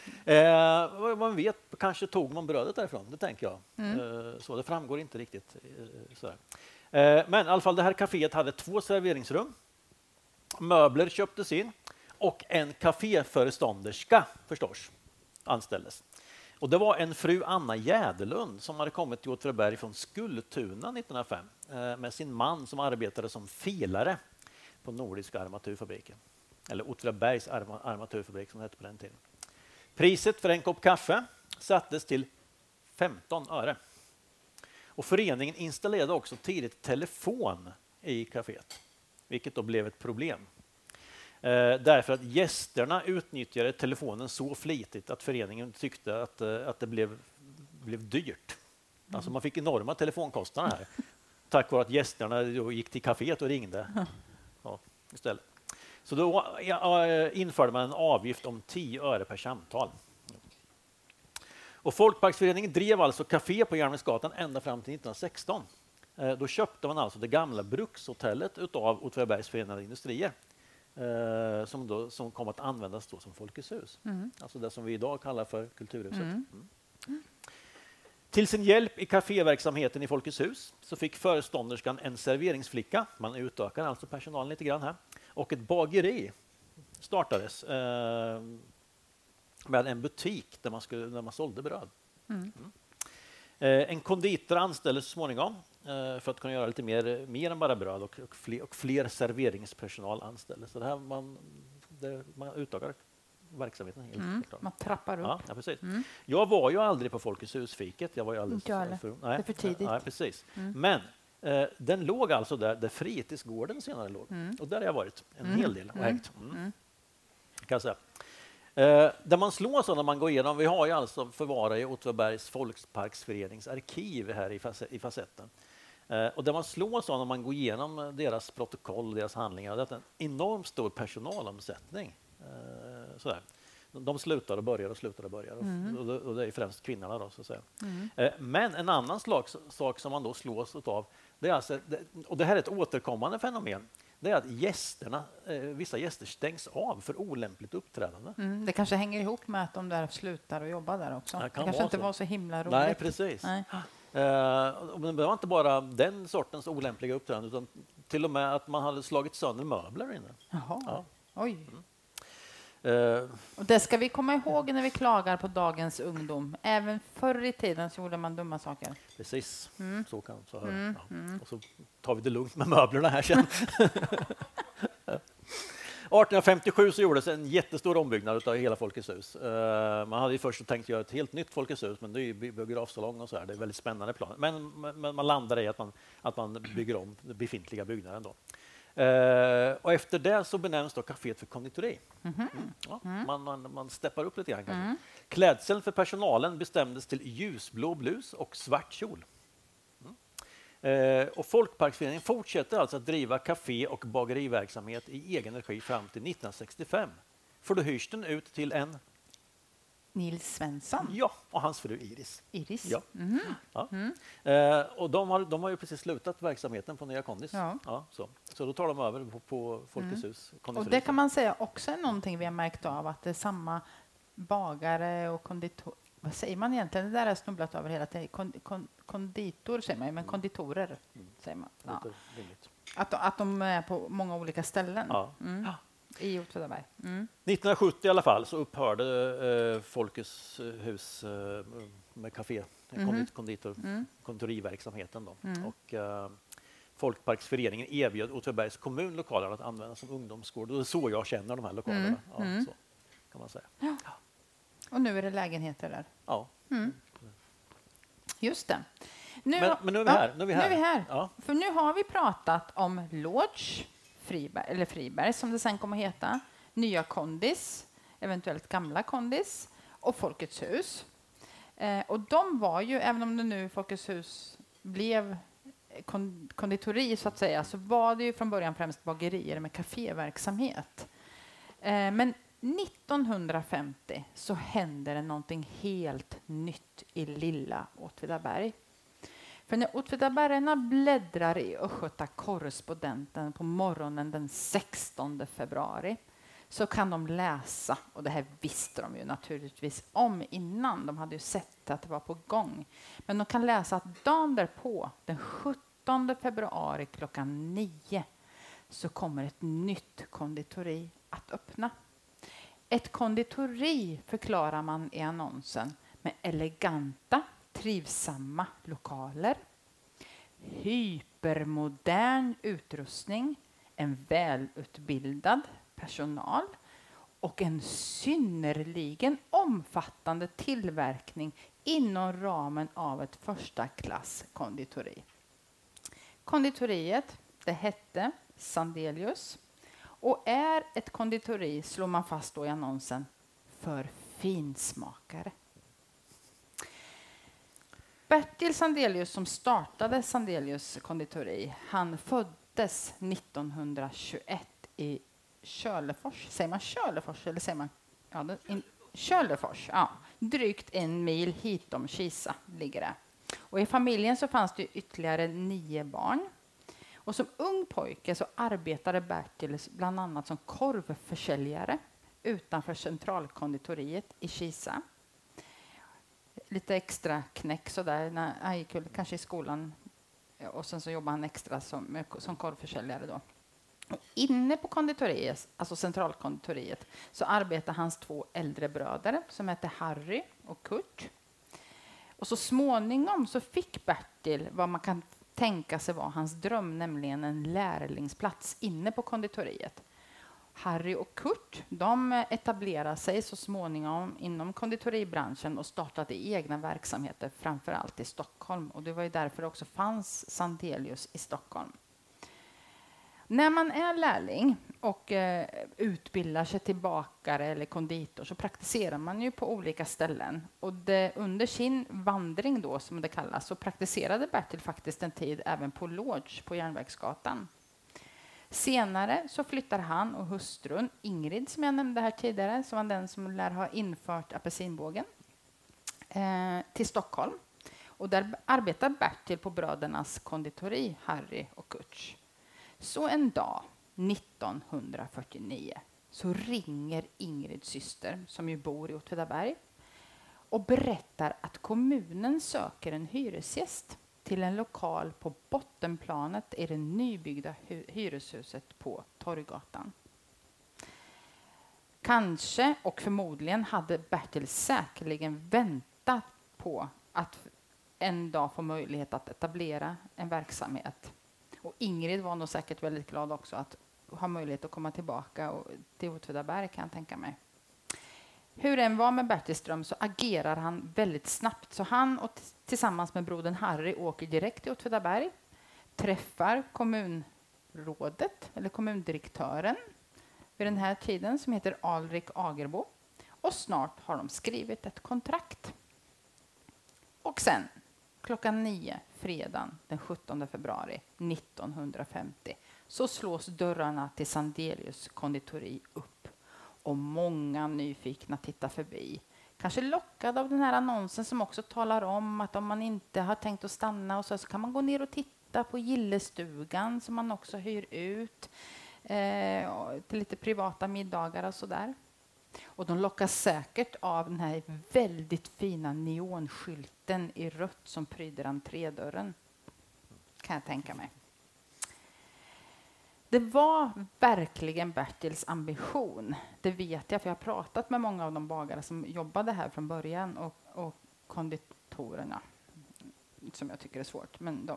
Man vet, kanske tog man brödet därifrån, det tänker jag. Så det framgår inte riktigt. Sådär. Men i alla fall, det här kaféet hade 2 serveringsrum. Möbler köptes in och en kaféförestånderska förstås anställdes. Och det var en fru Anna Jäderlund som hade kommit till Åtvidaberg från Skultuna 1905 med sin man som arbetade som filare på Nordiska armaturfabriken. Eller Åtvidabergs armaturfabrik som det hette på den tiden. Priset för en kopp kaffe sattes till 15 öre. Och föreningen installerade också tidigt telefon i kaféet, vilket då blev ett problem. Därför att gästerna utnyttjade telefonen så flitigt att föreningen tyckte att det blev dyrt. Alltså man fick enorma telefonkostnader här tack vare att gästerna då gick till kaféet och ringde istället. Så då införde man en avgift om 10 öre per samtal. Och Folkparksföreningen drev alltså café på Järnvägsgatan ända fram till 1916. Då köpte man alltså det gamla brukshotellet utav Åtvidabergs förenade industrier som kom att användas då som Folkets hus. Alltså det som vi idag kallar för Kulturhuset. Till sin hjälp i kaféverksamheten i Folkets hus så fick förestånderskan en serveringsflicka. Man utökar alltså personalen lite grann här. Och ett bageri startades med en butik där man sålde bröd. En konditor anställdes så småningom för att kunna göra lite mer än bara bröd och fler serveringspersonal anställdes. Så det här man utökar verksamheten helt klart. Man trappar upp. Ja, precis. Jag var ju aldrig på Folkets hus-fiket. Jag var ju alldeles det är för tidigt. Nej, precis. Men den låg alltså där fritidsgården senare låg. Och där har jag varit en hel del och ägt. Kan jag säga. Där man slås när man går igenom, vi har ju alltså förvarat i Åtvidabergs Folkparksförenings arkiv här i facetten. Och där man slås när man går igenom deras protokoll, deras handlingar, det är en enormt stor personalomsättning. Sådär. De slutar och börjar och slutar och börjar. Och det är främst kvinnorna då, så att säga. Men en annan sak som man då slås av, det är alltså, och det här är ett återkommande fenomen, det är att vissa gäster stängs av för olämpligt uppträdande. Det kanske hänger ihop med att de där slutar och jobbar där också. Det kanske inte var så himla roligt. Nej, precis. Nej. Men det var inte bara den sortens olämpliga uppträdande, utan till och med att man hade slagit sönder möbler inne. Jaha. Ja. Oj. Och det ska vi komma ihåg när vi klagar på dagens ungdom. Även förr i tiden så gjorde man dumma saker. Precis, så kan så höra. Och så tar vi det lugnt med möblerna här sen. 1857 så gjordes en jättestor ombyggnad av hela Folkets hus. Man hade ju först tänkt göra ett helt nytt Folkets hus, men det är ju biografsalong och så här. Det är väldigt spännande plan. Men man landar i att man bygger om befintliga byggnaden då. Och efter det så benämns då kaféet för konditori. Ja, man steppar upp lite grann kanske. Klädseln för personalen bestämdes till ljusblå blus och svart kjol. Och Folkparksföreningen fortsätter alltså att driva kafé- och bageriverksamhet i egen regi fram till 1965. För då hyrs den ut till en Nils Svensson. Ja, och hans fru Iris. Iris? Ja. Och de har ju precis slutat verksamheten på Nya Kondis. Ja, så då tar de över på Folkets hus. Och det kan man säga också är någonting vi har märkt av, att det är samma bagare och konditor. Vad säger man egentligen? Det där har snubblat över hela tiden. Konditor säger man, men konditorer säger man. Ja. Att de är på många olika ställen. Ja. I Åtvidaberg. 1970 i alla fall så upphörde Folkets hus med café, konditoriverksamheten. Då. Och Folkparksföreningen erbjöd Åtvidabergs kommun lokaler att använda som ungdomsgård. Och det är så jag känner de här lokalerna. Så kan man säga. Ja. Och nu är det lägenheter där. Ja. Just det. Men nu är vi här. Nu är vi här. Ja. För nu har vi pratat om Lodge, Friberg som det sen kommer att heta, nya kondis, eventuellt gamla kondis och Folkets hus. Och de var ju, även om det nu Folkets hus blev konditori så att säga, så var det ju från början främst bagerier med kaféverksamhet. Men 1950 så händer det någonting helt nytt i lilla Åtvidaberg. För när åtvidabergarna bläddrar i Östgöta Correspondenten på morgonen den 16 februari så kan de läsa, och det här visste de ju naturligtvis om innan, de hade ju sett att det var på gång, men de kan läsa att dagen därpå, den 17 februari klockan 9, så kommer ett nytt konditori att öppna. Ett konditori förklarar man i annonsen med eleganta, trivsamma lokaler, hypermodern utrustning, en välutbildad personal och en synnerligen omfattande tillverkning inom ramen av ett första klass konditori. Konditoriet, det hette Sandelius och är ett konditori, slår man fast då i annonsen, för finsmakare. Bertil Sandelius som startade Sandelius konditori, han föddes 1921 i Kölefors. Säger man Kölefors eller säger man Kölefors? Ja, drygt 1 mil hitom Kisa ligger det. Och i familjen så fanns det ytterligare 9 barn. Och som ung pojke så arbetade Bertil bland annat som korvförsäljare utanför centralkonditoriet i Kisa. Lite extra knäck sådär när han gick kanske i skolan, och sen så jobbade han extra som korvförsäljare då. Och inne på konditoriet, alltså centralkonditoriet, så arbetar hans 2 äldre bröder som heter Harry och Kurt. Och så småningom så fick Bertil vad man kan tänka sig var hans dröm, nämligen en lärlingsplats inne på konditoriet. Harry och Kurt, de etablerade sig så småningom inom konditoribranschen och startade egna verksamheter, framför allt i Stockholm. Och det var ju därför det också fanns Sandelius i Stockholm. När man är lärling och utbildar sig till bakare eller konditor så praktiserar man ju på olika ställen. Och under sin vandring då, som det kallas, så praktiserade Bertil faktiskt en tid även på Lodge på Järnvägsgatan. Senare så flyttar han och hustrun Ingrid, som jag nämnde här tidigare, som var den som lär ha infört apelsinbågen, till Stockholm. Och där arbetar Bertil på brödernas konditori, Harry och Kurt. Så en dag, 1949, så ringer Ingrids syster, som ju bor i Åtvidaberg, och berättar att kommunen söker en hyresgäst till en lokal på bottenplanet i det nybyggda hyreshuset på Torggatan. Kanske och förmodligen hade Bertil säkerligen väntat på att en dag få möjlighet att etablera en verksamhet. Och Ingrid var nog säkert väldigt glad också att ha möjlighet att komma tillbaka till Åtvidaberg, kan jag tänka mig. Hur det än var med Bertils dröm så agerar han väldigt snabbt. Så han och tillsammans med brodern Harry åker direkt till Åtvidaberg, träffar kommunrådet eller kommundirektören vid den här tiden, som heter Alrik Agerbo, och snart har de skrivit ett kontrakt. Och sen klockan 9 fredagen den 17 februari 1950 så slås dörrarna till Sandelius konditori upp och många nyfikna tittar förbi. Kanske lockad av den här annonsen som också talar om att om man inte har tänkt att stanna och så kan man gå ner och titta på gillestugan som man också hyr ut till lite privata middagar och sådär. Och de lockas säkert av den här väldigt fina neonskylten i rött som pryder entrédörren, kan jag tänka mig. Det var verkligen Bertils ambition. Det vet jag, för jag har pratat med många av de bagare som jobbade här från början och konditorerna, som jag tycker är svårt. Men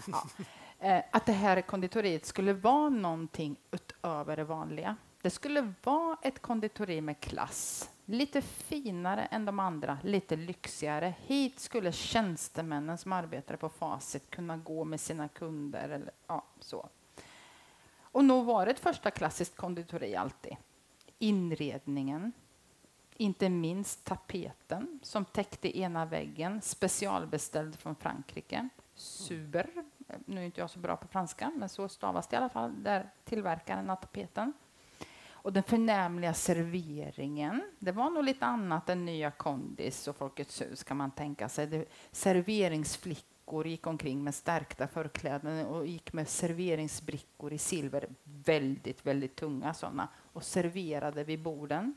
att det här konditoriet skulle vara någonting utöver det vanliga. Det skulle vara ett konditori med klass. Lite finare än de andra, lite lyxigare. Hit skulle tjänstemännen som arbetade på Facit kunna gå med sina kunder. Eller, så. Och nog var det ett första klassiskt konditori alltid. Inredningen, inte minst tapeten som täckte ena väggen, specialbeställd från Frankrike. Suber, nu är inte jag så bra på franska, men så stavas det i alla fall, där tillverkaren av tapeten. Och den förnämliga serveringen, det var nog lite annat än nya Kondis och Folkets hus, kan man tänka sig. Serveringsflickor gick omkring med stärkta förkläden och gick med serveringsbrickor i silver, väldigt, väldigt tunga sådana, och serverade vid borden.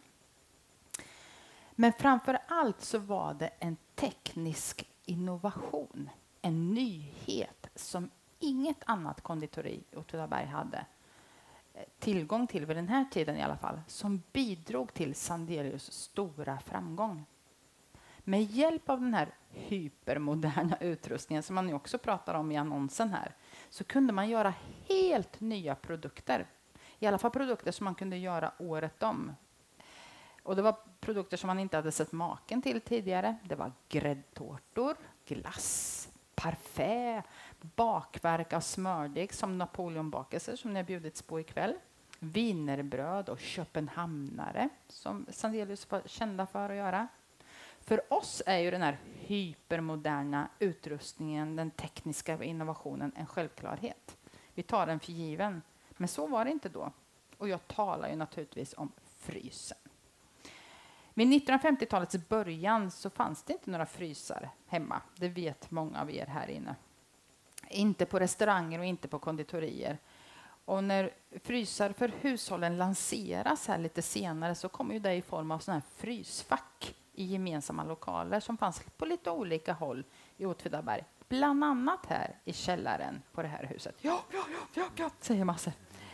Men framför allt så var det en teknisk innovation, en nyhet som inget annat konditori i Åtvidaberg hade tillgång till vid den här tiden i alla fall, som bidrog till Sandelius stora framgång. Med hjälp av den här hypermoderna utrustningen som man ju också pratar om i annonsen här, så kunde man göra helt nya produkter. I alla fall produkter som man kunde göra året om. Och det var produkter som man inte hade sett maken till tidigare. Det var gräddtårtor, glass, parfait, bakverk av smördeg som Napoleonbakelser som ni har bjudits på ikväll. Wienerbröd och köpenhamnare som Sandelius var kända för att göra. För oss är ju den här hypermoderna utrustningen, den tekniska innovationen, en självklarhet. Vi tar den för given. Men så var det inte då. Och jag talar ju naturligtvis om frysen. Vid 1950-talets början så fanns det inte några frysar hemma. Det vet många av er här inne. Inte på restauranger och inte på konditorier. Och när frysar för hushållen lanseras här lite senare så kommer ju det i form av sådana här frysfack i gemensamma lokaler som fanns på lite olika håll i Åtvidaberg. Bland annat här i källaren på det här huset. Ja, säger massor.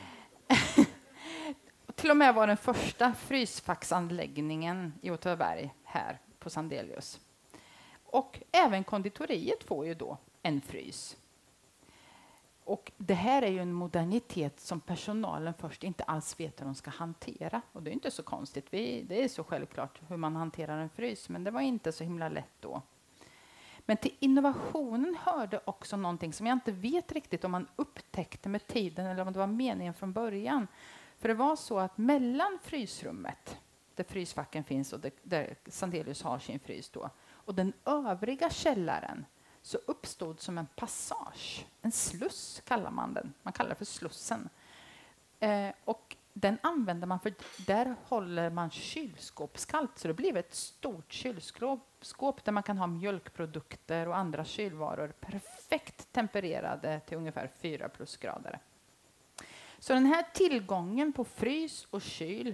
Till och med var den första frysfacksanläggningen i Åtvidaberg här på Sandelius. Och även konditoriet får ju då en frys. Och det här är ju en modernitet som personalen först inte alls vet hur de ska hantera. Och det är inte så konstigt. Det är så självklart hur man hanterar en frys. Men det var inte så himla lätt då. Men till innovationen hörde också någonting som jag inte vet riktigt om man upptäckte med tiden eller om det var meningen från början. För det var så att mellan frysrummet, där frysfacken finns och där Sandelius har sin frys då, och den övriga källaren, så uppstod som en passage. En sluss kallar man den. Man kallar det för slussen. Och den använder man för där håller man kylskåpskallt. Så det blev ett stort kylskåp där man kan ha mjölkprodukter och andra kylvaror perfekt tempererade till ungefär 4 plusgrader. Så den här tillgången på frys och kyl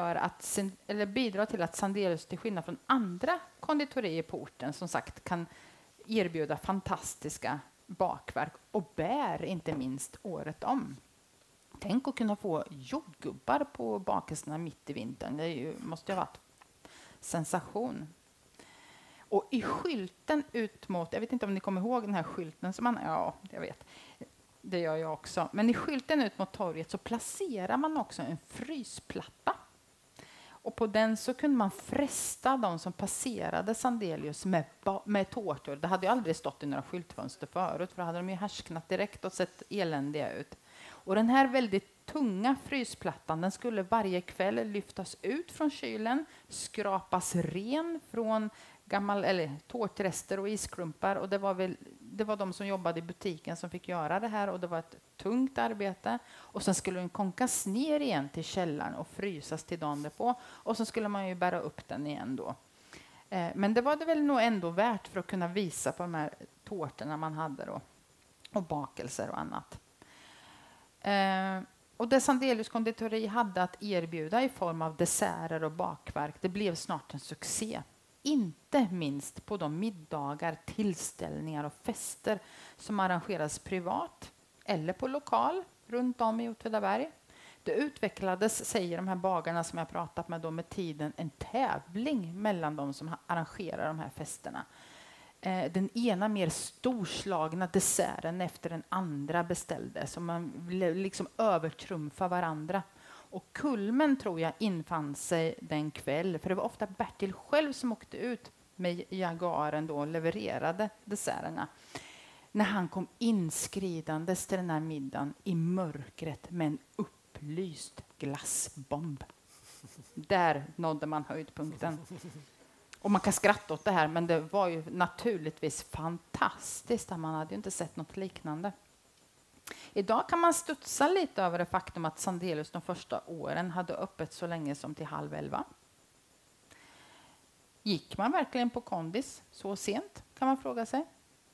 bidrar till att Sandelius, till skillnad från andra konditorier på orten, som sagt kan erbjuda fantastiska bakverk och bär inte minst året om. Tänk att kunna få jordgubbar på bakelserna mitt i vintern. Det måste ha varit sensation. Och i skylten ut mot, jag vet inte om ni kommer ihåg den här skylten som man, ja, jag vet. Det gör jag också. Men i skylten ut mot torget så placerar man också en frysplatta. Och på den så kunde man fresta de som passerade Sandelius med tårtor. Det hade ju aldrig stått i några skyltfönster förut, för då hade de ju härsknat direkt och sett eländiga ut. Och den här väldigt tunga frysplattan, den skulle varje kväll lyftas ut från kylen, skrapas ren från tårtrester och isklumpar. Och det var de som jobbade i butiken som fick göra det här, och det var ett tungt arbete. Och sen skulle den konkas ner igen till källaren och frysas till dagen därpå. Och så skulle man ju bära upp den igen då. Men det var det väl nog ändå värt för att kunna visa på de här tårtorna man hade då. Och bakelser och annat. Och det Sandelius konditori hade att erbjuda i form av desserter och bakverk, det blev snart en succé. Inte minst på de middagar, tillställningar och fester som arrangeras privat eller på lokal runt om i Åtvidaberg. Det utvecklades, säger de här bagarna som jag pratat med då med tiden, en tävling mellan de som arrangerar de här festerna. Den ena mer storslagna desserten efter den andra beställdes. Så man liksom övertrumfa varandra. Och kulmen tror jag infann sig den kväll. För det var ofta Bertil själv som åkte ut med Jaguaren då och levererade desserterna. När han kom inskridandes till den här middagen i mörkret med en upplyst glassbomb. Där nådde man höjdpunkten. Och man kan skratta åt det här, men det var ju naturligtvis fantastiskt. Man hade ju inte sett något liknande. Idag kan man studsa lite över det faktum att Sandelius de första åren hade öppet så länge som till 22:30. Gick man verkligen på kondis så sent, kan man fråga sig?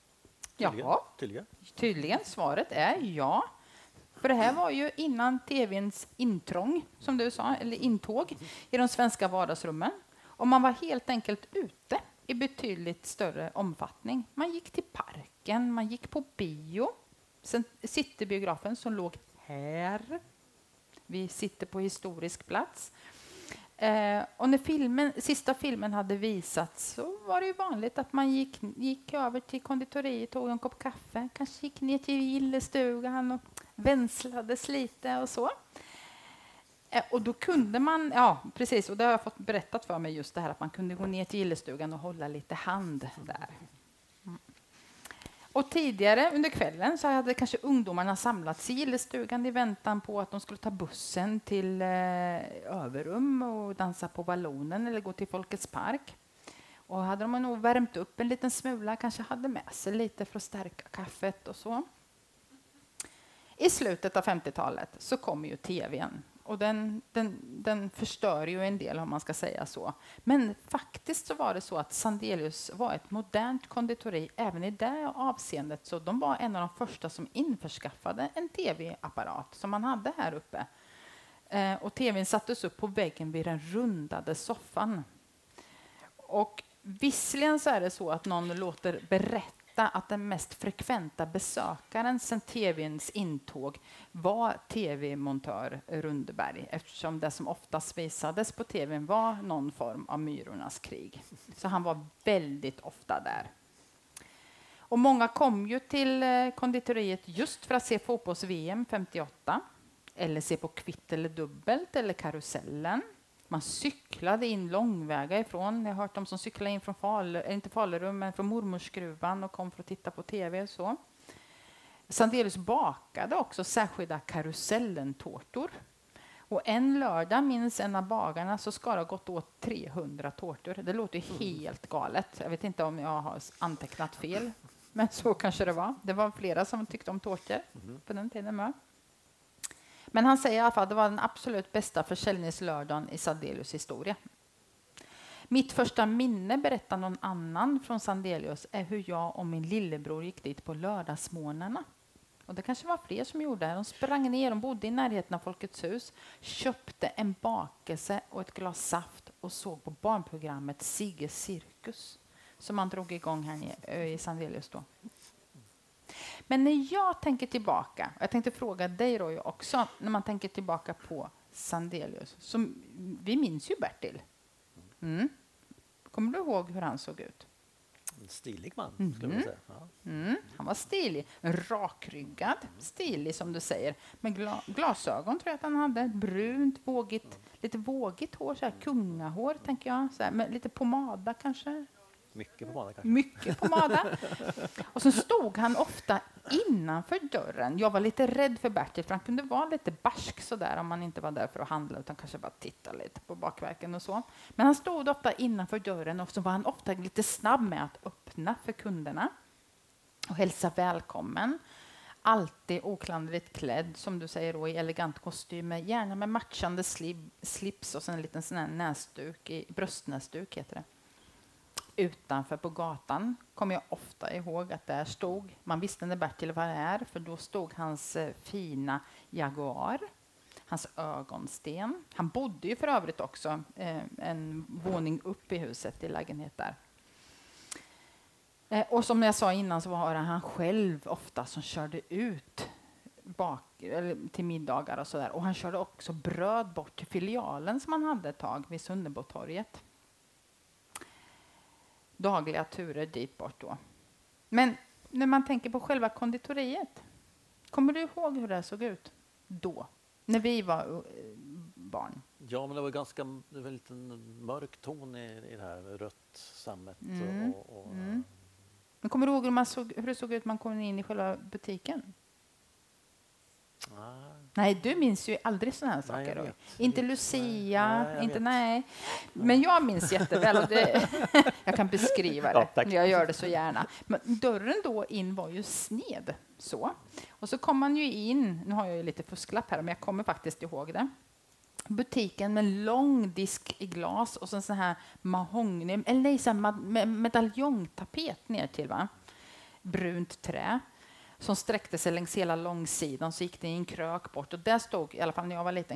Tydligen. Svaret är ja. För det här var ju innan tvns intrång, som du sa, eller intåg i de svenska vardagsrummen. Och man var helt enkelt ute i betydligt större omfattning. Man gick till parken, man gick på bio. Sen Citybiografen som låg här. Vi sitter på historisk plats. Och när sista filmen hade visats så var det ju vanligt att man gick över till konditoriet, tog en kopp kaffe, kanske gick ner till gillestugan och vänslades lite och så. Och då kunde man, ja precis, och det har jag fått berättat för mig just det här att man kunde gå ner till gillestugan och hålla lite hand där. Och tidigare under kvällen så hade kanske ungdomarna samlats i gillestugan i väntan på att de skulle ta bussen till överrum och dansa på ballonen eller gå till Folkets park. Och hade de nog värmt upp en liten smula, kanske hade med sig lite för att stärka kaffet och så. I slutet av 50-talet så kom ju tvn. Och den förstör ju en del om man ska säga så. Men faktiskt så var det så att Sandelius var ett modernt konditori även i det avseendet. Så de var en av de första som införskaffade en tv-apparat som man hade här uppe. Och tvn sattes upp på väggen vid den rundade soffan. Och visserligen så är det så att någon låter berätta att den mest frekventa besökaren sedan tvns intåg var tv-montör Rundeberg, eftersom det som oftast visades på tvn var någon form av Myrornas krig. Så han var väldigt ofta där. Och många kom ju till konditoriet just för att se fotbolls-VM 58 eller se på kvitt eller dubbelt eller karusellen. Man cyklade in långväga ifrån. Jag har hört dem som cyklade in från inte Falurum, men från Mormorsskruvan och kom för att titta på tv och så. Sandelius bakade också särskilda karusellentårtor. Och en lördag, minns en av bagarna, så ska det ha gått åt 300 tårtor. Det låter helt galet. Jag vet inte om jag har antecknat fel, men så kanske det var. Det var flera som tyckte om tårtor på den tiden med. Men han säger i alla fall att det var den absolut bästa försäljningslördagen i Sandelius historia. Mitt första minne, berättar någon annan från Sandelius, är hur jag och min lillebror gick dit på lördagsmånaderna. Och det kanske var fler som gjorde det. De sprang ner, de bodde i närheten av Folkets hus, köpte en bakelse och ett glas saft och såg på barnprogrammet Sigges cirkus som man drog igång här i Sandelius då. Men när jag tänker tillbaka, jag tänkte fråga dig Roy också, när man tänker tillbaka på Sandelius, så vi minns ju Bertil. Kommer du ihåg hur han såg ut? En stilig man, skulle man säga. Ja. Han var stilig, rakryggad, stilig som du säger. Med glasögon tror jag att han hade, brunt, lite vågigt hår, så här, kungahår tänker jag, så här, med lite pomada kanske. Mycket pomada. Och så stod han ofta innanför dörren. Jag var lite rädd för Bertil, för han kunde vara lite barsk så där om man inte var där för att handla utan kanske bara titta lite på bakverken och så. Men han stod ofta innanför dörren och så var han ofta lite snabb med att öppna för kunderna och hälsa välkommen. Alltid oklanderligt klädd, som du säger då, i elegant kostym, gärna med matchande slips och sen en liten sån här näsduk, bröstnäsduk heter det. Utanför på gatan kommer jag ofta ihåg att där stod, man visste när Bertil var här, för då stod hans fina Jaguar, hans ögonsten. Han bodde ju för övrigt också en våning upp i huset, i lägenhet där. Och som jag sa innan så var han själv ofta som körde ut till middagar och sådär. Och han körde också bröd bort till filialen som han hade ett tag vid Sunnebotorget. Dagliga turer dit bort då. Men när man tänker på själva konditoriet, kommer du ihåg hur det såg ut då? När vi var barn? Ja, men det var en liten mörk ton i det här rött sammet. Men kommer du ihåg hur det såg ut när man kom in i själva butiken? Nej, du minns ju aldrig sådana här saker. Inte Lucia, nej. Men jag minns jätteväl. Och jag kan beskriva det. Ja, jag gör det så gärna. Men dörren då in var ju sned. Så. Och så kom man ju in, nu har jag ju lite fusklapp här, men jag kommer faktiskt ihåg det. Butiken med en lång disk i glas och så här mahogny, eller nej, så här medaljongtapet ner till, va? Brunt trä som sträckte sig längs hela långsidan, så gick det i en krök bort och där stod, i alla fall när jag var liten,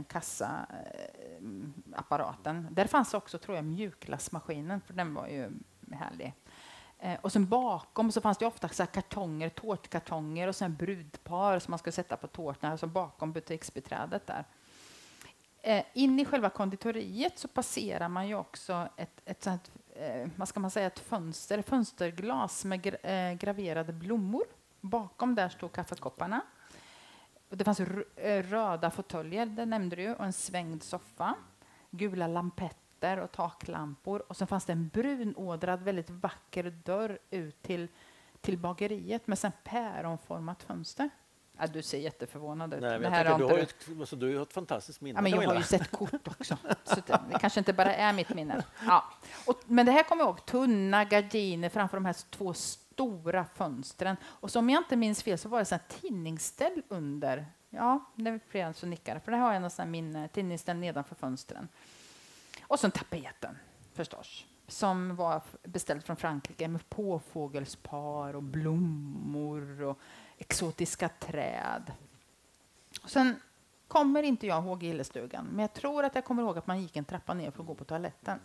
kassaapparaten. Där fanns också, tror jag, mjukglassmaskinen, för den var ju härlig. Och sen bakom så fanns det ofta så här kartonger, tårtkartonger och sen brudpar som man skulle sätta på tårtorna, alltså bakom butiksbiträdet där. In i själva konditoriet så passerar man ju också ett sånt, vad ska man säga, ett fönsterglas med graverade blommor. Bakom där stod kaffekopparna. Och det fanns röda fåtöljer, det nämnde du, och en svängd soffa. Gula lampetter och taklampor. Och sen fanns det en brunådrad, väldigt vacker dörr ut till bageriet med sen päronformat fönster. Ja, du ser jätteförvånad ut. Nej, det här du har ju ett fantastiskt minne. Ja, men jag har ju sett kort också. Så det kanske inte bara är mitt minne. Ja. Men det här kommer jag ihåg. Tunna gardiner framför de här 2 stora fönstren. Och som jag inte minns fel så var det så här tidningsställ under. Ja, det är flera som nickar. För det har jag någon sån här minne. Tidningsställ nedanför fönstren. Och så tapeten, förstås. Som var beställd från Frankrike med påfågelspar och blommor och exotiska träd. Och sen kommer inte jag ihåg gillestugan, men jag tror att jag kommer ihåg att man gick en trappa ner för att gå på toaletten.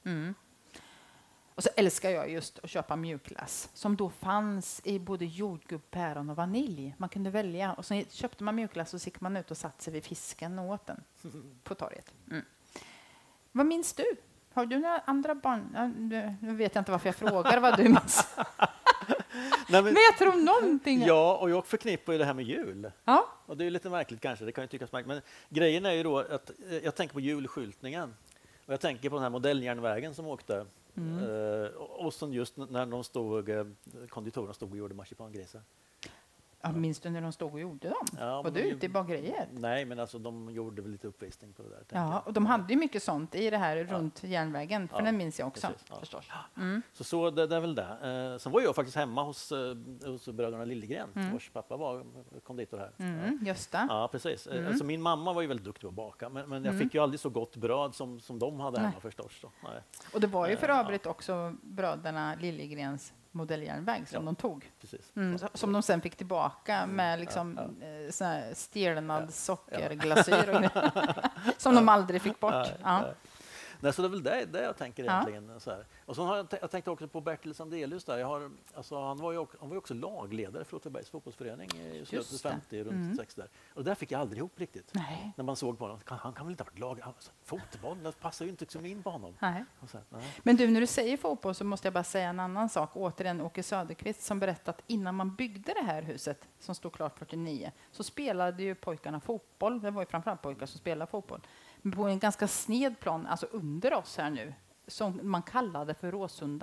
Och så älskar jag just att köpa mjukglass som då fanns i både jordgubb, päron och vanilj. Man kunde välja och så köpte man mjukglass och så gick man ut och satt sig vid fisken och åt den på torget. Vad minns du? Har du några andra barn? Ja, nu vet jag inte varför jag frågar vad du minns. Nej, men jag tror någonting. Ja, och jag förknippar ju det här med jul. Ja. Och det är lite märkligt kanske, det kan ju tyckas märkligt. Men grejen är ju då att jag tänker på julskyltningen. Och jag tänker på den här modelljärnvägen som åkte. Och som just när konditorerna stod och gjorde marsipangrisar. Ja, minns du när de stod och gjorde dem? Ja, var du ute i bageriet? Nej, men alltså de gjorde väl lite uppvisning på det där. Ja, och de hade ju mycket sånt i det här runt järnvägen, för den minns jag också, förstås. Så det är väl det. Sen var jag faktiskt hemma hos bröderna Liljegren, vars pappa var konditor här. Gösta. Ja, precis. Alltså min mamma var ju väldigt duktig på att baka, men jag fick ju aldrig så gott bröd som de hade hemma förstås. Så. Nej. Och det var ju för övrigt också bröderna Liljegrens modelljärnväg som de tog. Som de sen fick tillbaka med liksom sån här stelnad sockerglasyr som de aldrig fick bort. Nej, så det är väl det jag tänker egentligen. Så här. Och så har jag tänkt också på Bertil Sandelius där. Han var ju också lagledare för Åtvidabergs fotbollsförening i slutet av 50, runt 60 där. Och det där fick jag aldrig ihop riktigt. Nej. När man såg på honom. Han kan väl inte ha varit lag? Alltså, fotboll, det passar ju inte liksom in på honom. Nej. Så här, nej. Men du, när du säger fotboll så måste jag bara säga en annan sak. Återigen Åke Söderqvist som berättat att innan man byggde det här huset som stod klart 49 så spelade ju pojkarna fotboll. Det var ju framförallt pojkar som spelade fotboll. På en ganska sned plan, alltså under oss här nu, som man kallade för Råsunda.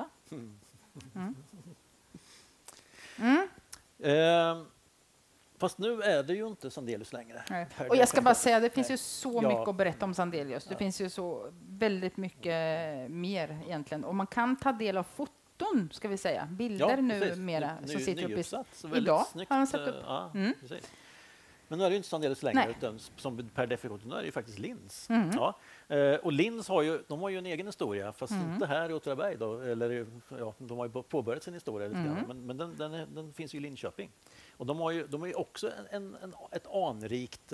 Fast nu är det ju inte Sandelius längre. Nej. Och jag ska bara säga, det finns ju så mycket att berätta om Sandelius. Det finns ju så väldigt mycket mer egentligen. Och man kan ta del av foton, ska vi säga. Bilder numera som sitter uppe idag. Snyggt. Har de satt upp. Precis. Men nu är det ju inte Sandelius längre, utan som per definition, nu är det ju faktiskt Linz. Ja. Och Linz har ju en egen historia, fast inte här i Åtvidaberg då, eller de har ju påbörjat sin historia lite grann, men den finns ju i Linköping. Och de har ju också ett anrikt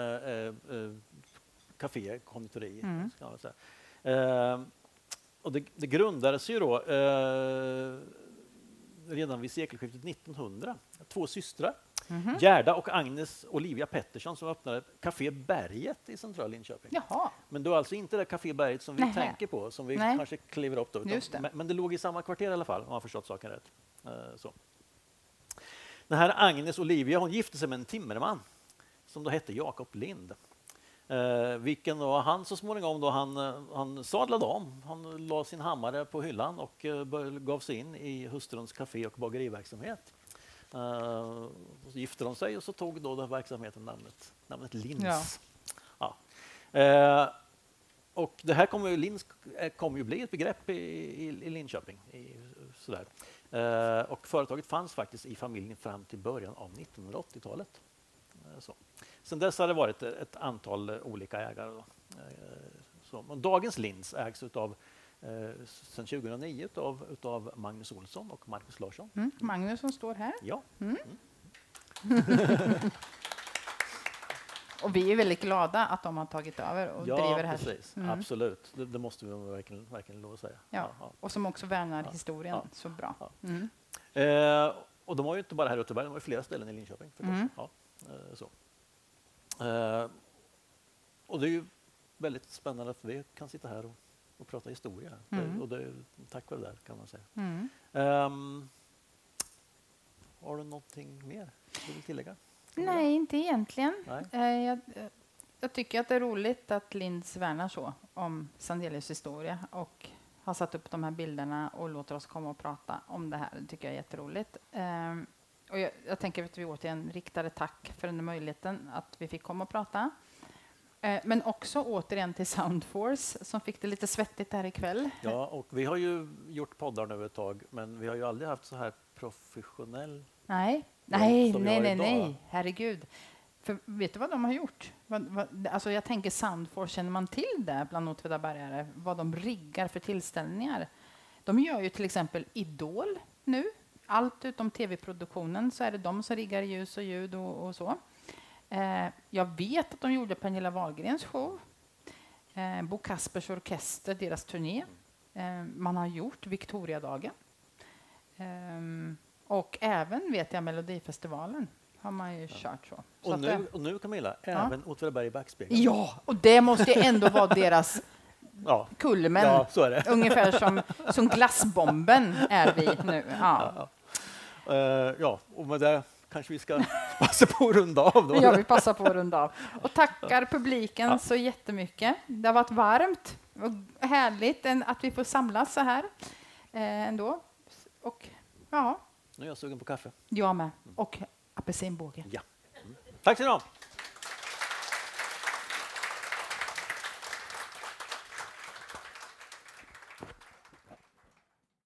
café, konditori, ska man säga. Och det grundades ju då redan vid sekelskiftet 1900. 2 systrar. Gerda och Agnes Olivia Pettersson som öppnade Café Berget i centrala Linköping. Jaha. Men det var alltså inte det Café Berget som vi Nähä. tänker på, som vi Nej. kanske kliver upp då. Just det. Men det låg i samma kvarter i alla fall, om jag har förstått saken rätt. Så. Den här Agnes Olivia, hon gifte sig med en timmerman som då hette Jakob Lind. Vilken då han så småningom då han sadlade om. Han la sin hammare på hyllan och gav sig in i hustruns café och bageriverksamhet. Så gifte de sig och så tog då den verksamheten namnet Linds. Ja. Ja. Och det här kommer ju bli ett begrepp i Linköping. Sådär. Och företaget fanns faktiskt i familjen fram till början av 1980-talet. Så. Sen dess har det varit ett antal olika ägare. Då. Så. Dagens Linds ägs sedan 2009 utav Magnus Olsson och Marcus Larsson. Magnus som står här. Ja. Och vi är väldigt glada att de har tagit över och driver det här. Precis. Absolut. Det måste vi verkligen lov att säga. Ja. Och som också värnar historien så bra. Och de har ju inte bara här i Göteborg, de har ju flera ställen i Linköping. Så. Och det är ju väldigt spännande att vi kan sitta här och prata historia. Och det är tack vare det där, kan man säga. Har du någonting mer du vill tillägga? Nej, inte egentligen. Nej. Jag tycker att det är roligt att Linds värnar så om Sandelius historia och har satt upp de här bilderna och låter oss komma och prata om det här. Det tycker jag är jätteroligt. Och jag tänker att vi återigen riktar ett tack för den här möjligheten att vi fick komma och prata. Men också återigen till Soundforce som fick det lite svettigt här ikväll. Ja, och vi har ju gjort poddar nu ett tag, men vi har ju aldrig haft så här professionell... Nej, herregud. För vet du vad de har gjort? Alltså jag tänker Soundforce, känner man till det bland Åtvidabergare? Vad de riggar för tillställningar? De gör ju till exempel Idol nu. Allt utom tv-produktionen så är det de som riggar ljus och ljud och så. Jag vet att de gjorde Pernilla Wahlgrens show. Bo Kaspers orkester, deras turné. Man har gjort Victoriadagen. Och även vet jag Melodifestivalen har man ju kört så. Och nu Camilla, även Åtvidaberg i backspegeln. Ja, och det måste ju ändå vara deras kulmen. Ja, så är det. Ungefär som glassbomben är vi nu. Ja, och med det kanske vi ska passa på att runda av då. Ja, vi passar på att runda av. Och tackar publiken så jättemycket. Det har varit varmt och härligt att vi får samlas så här ändå. Och nu är jag sugen på kaffe. Jag med. Och apelsinbåge. Ja. Tack så mycket.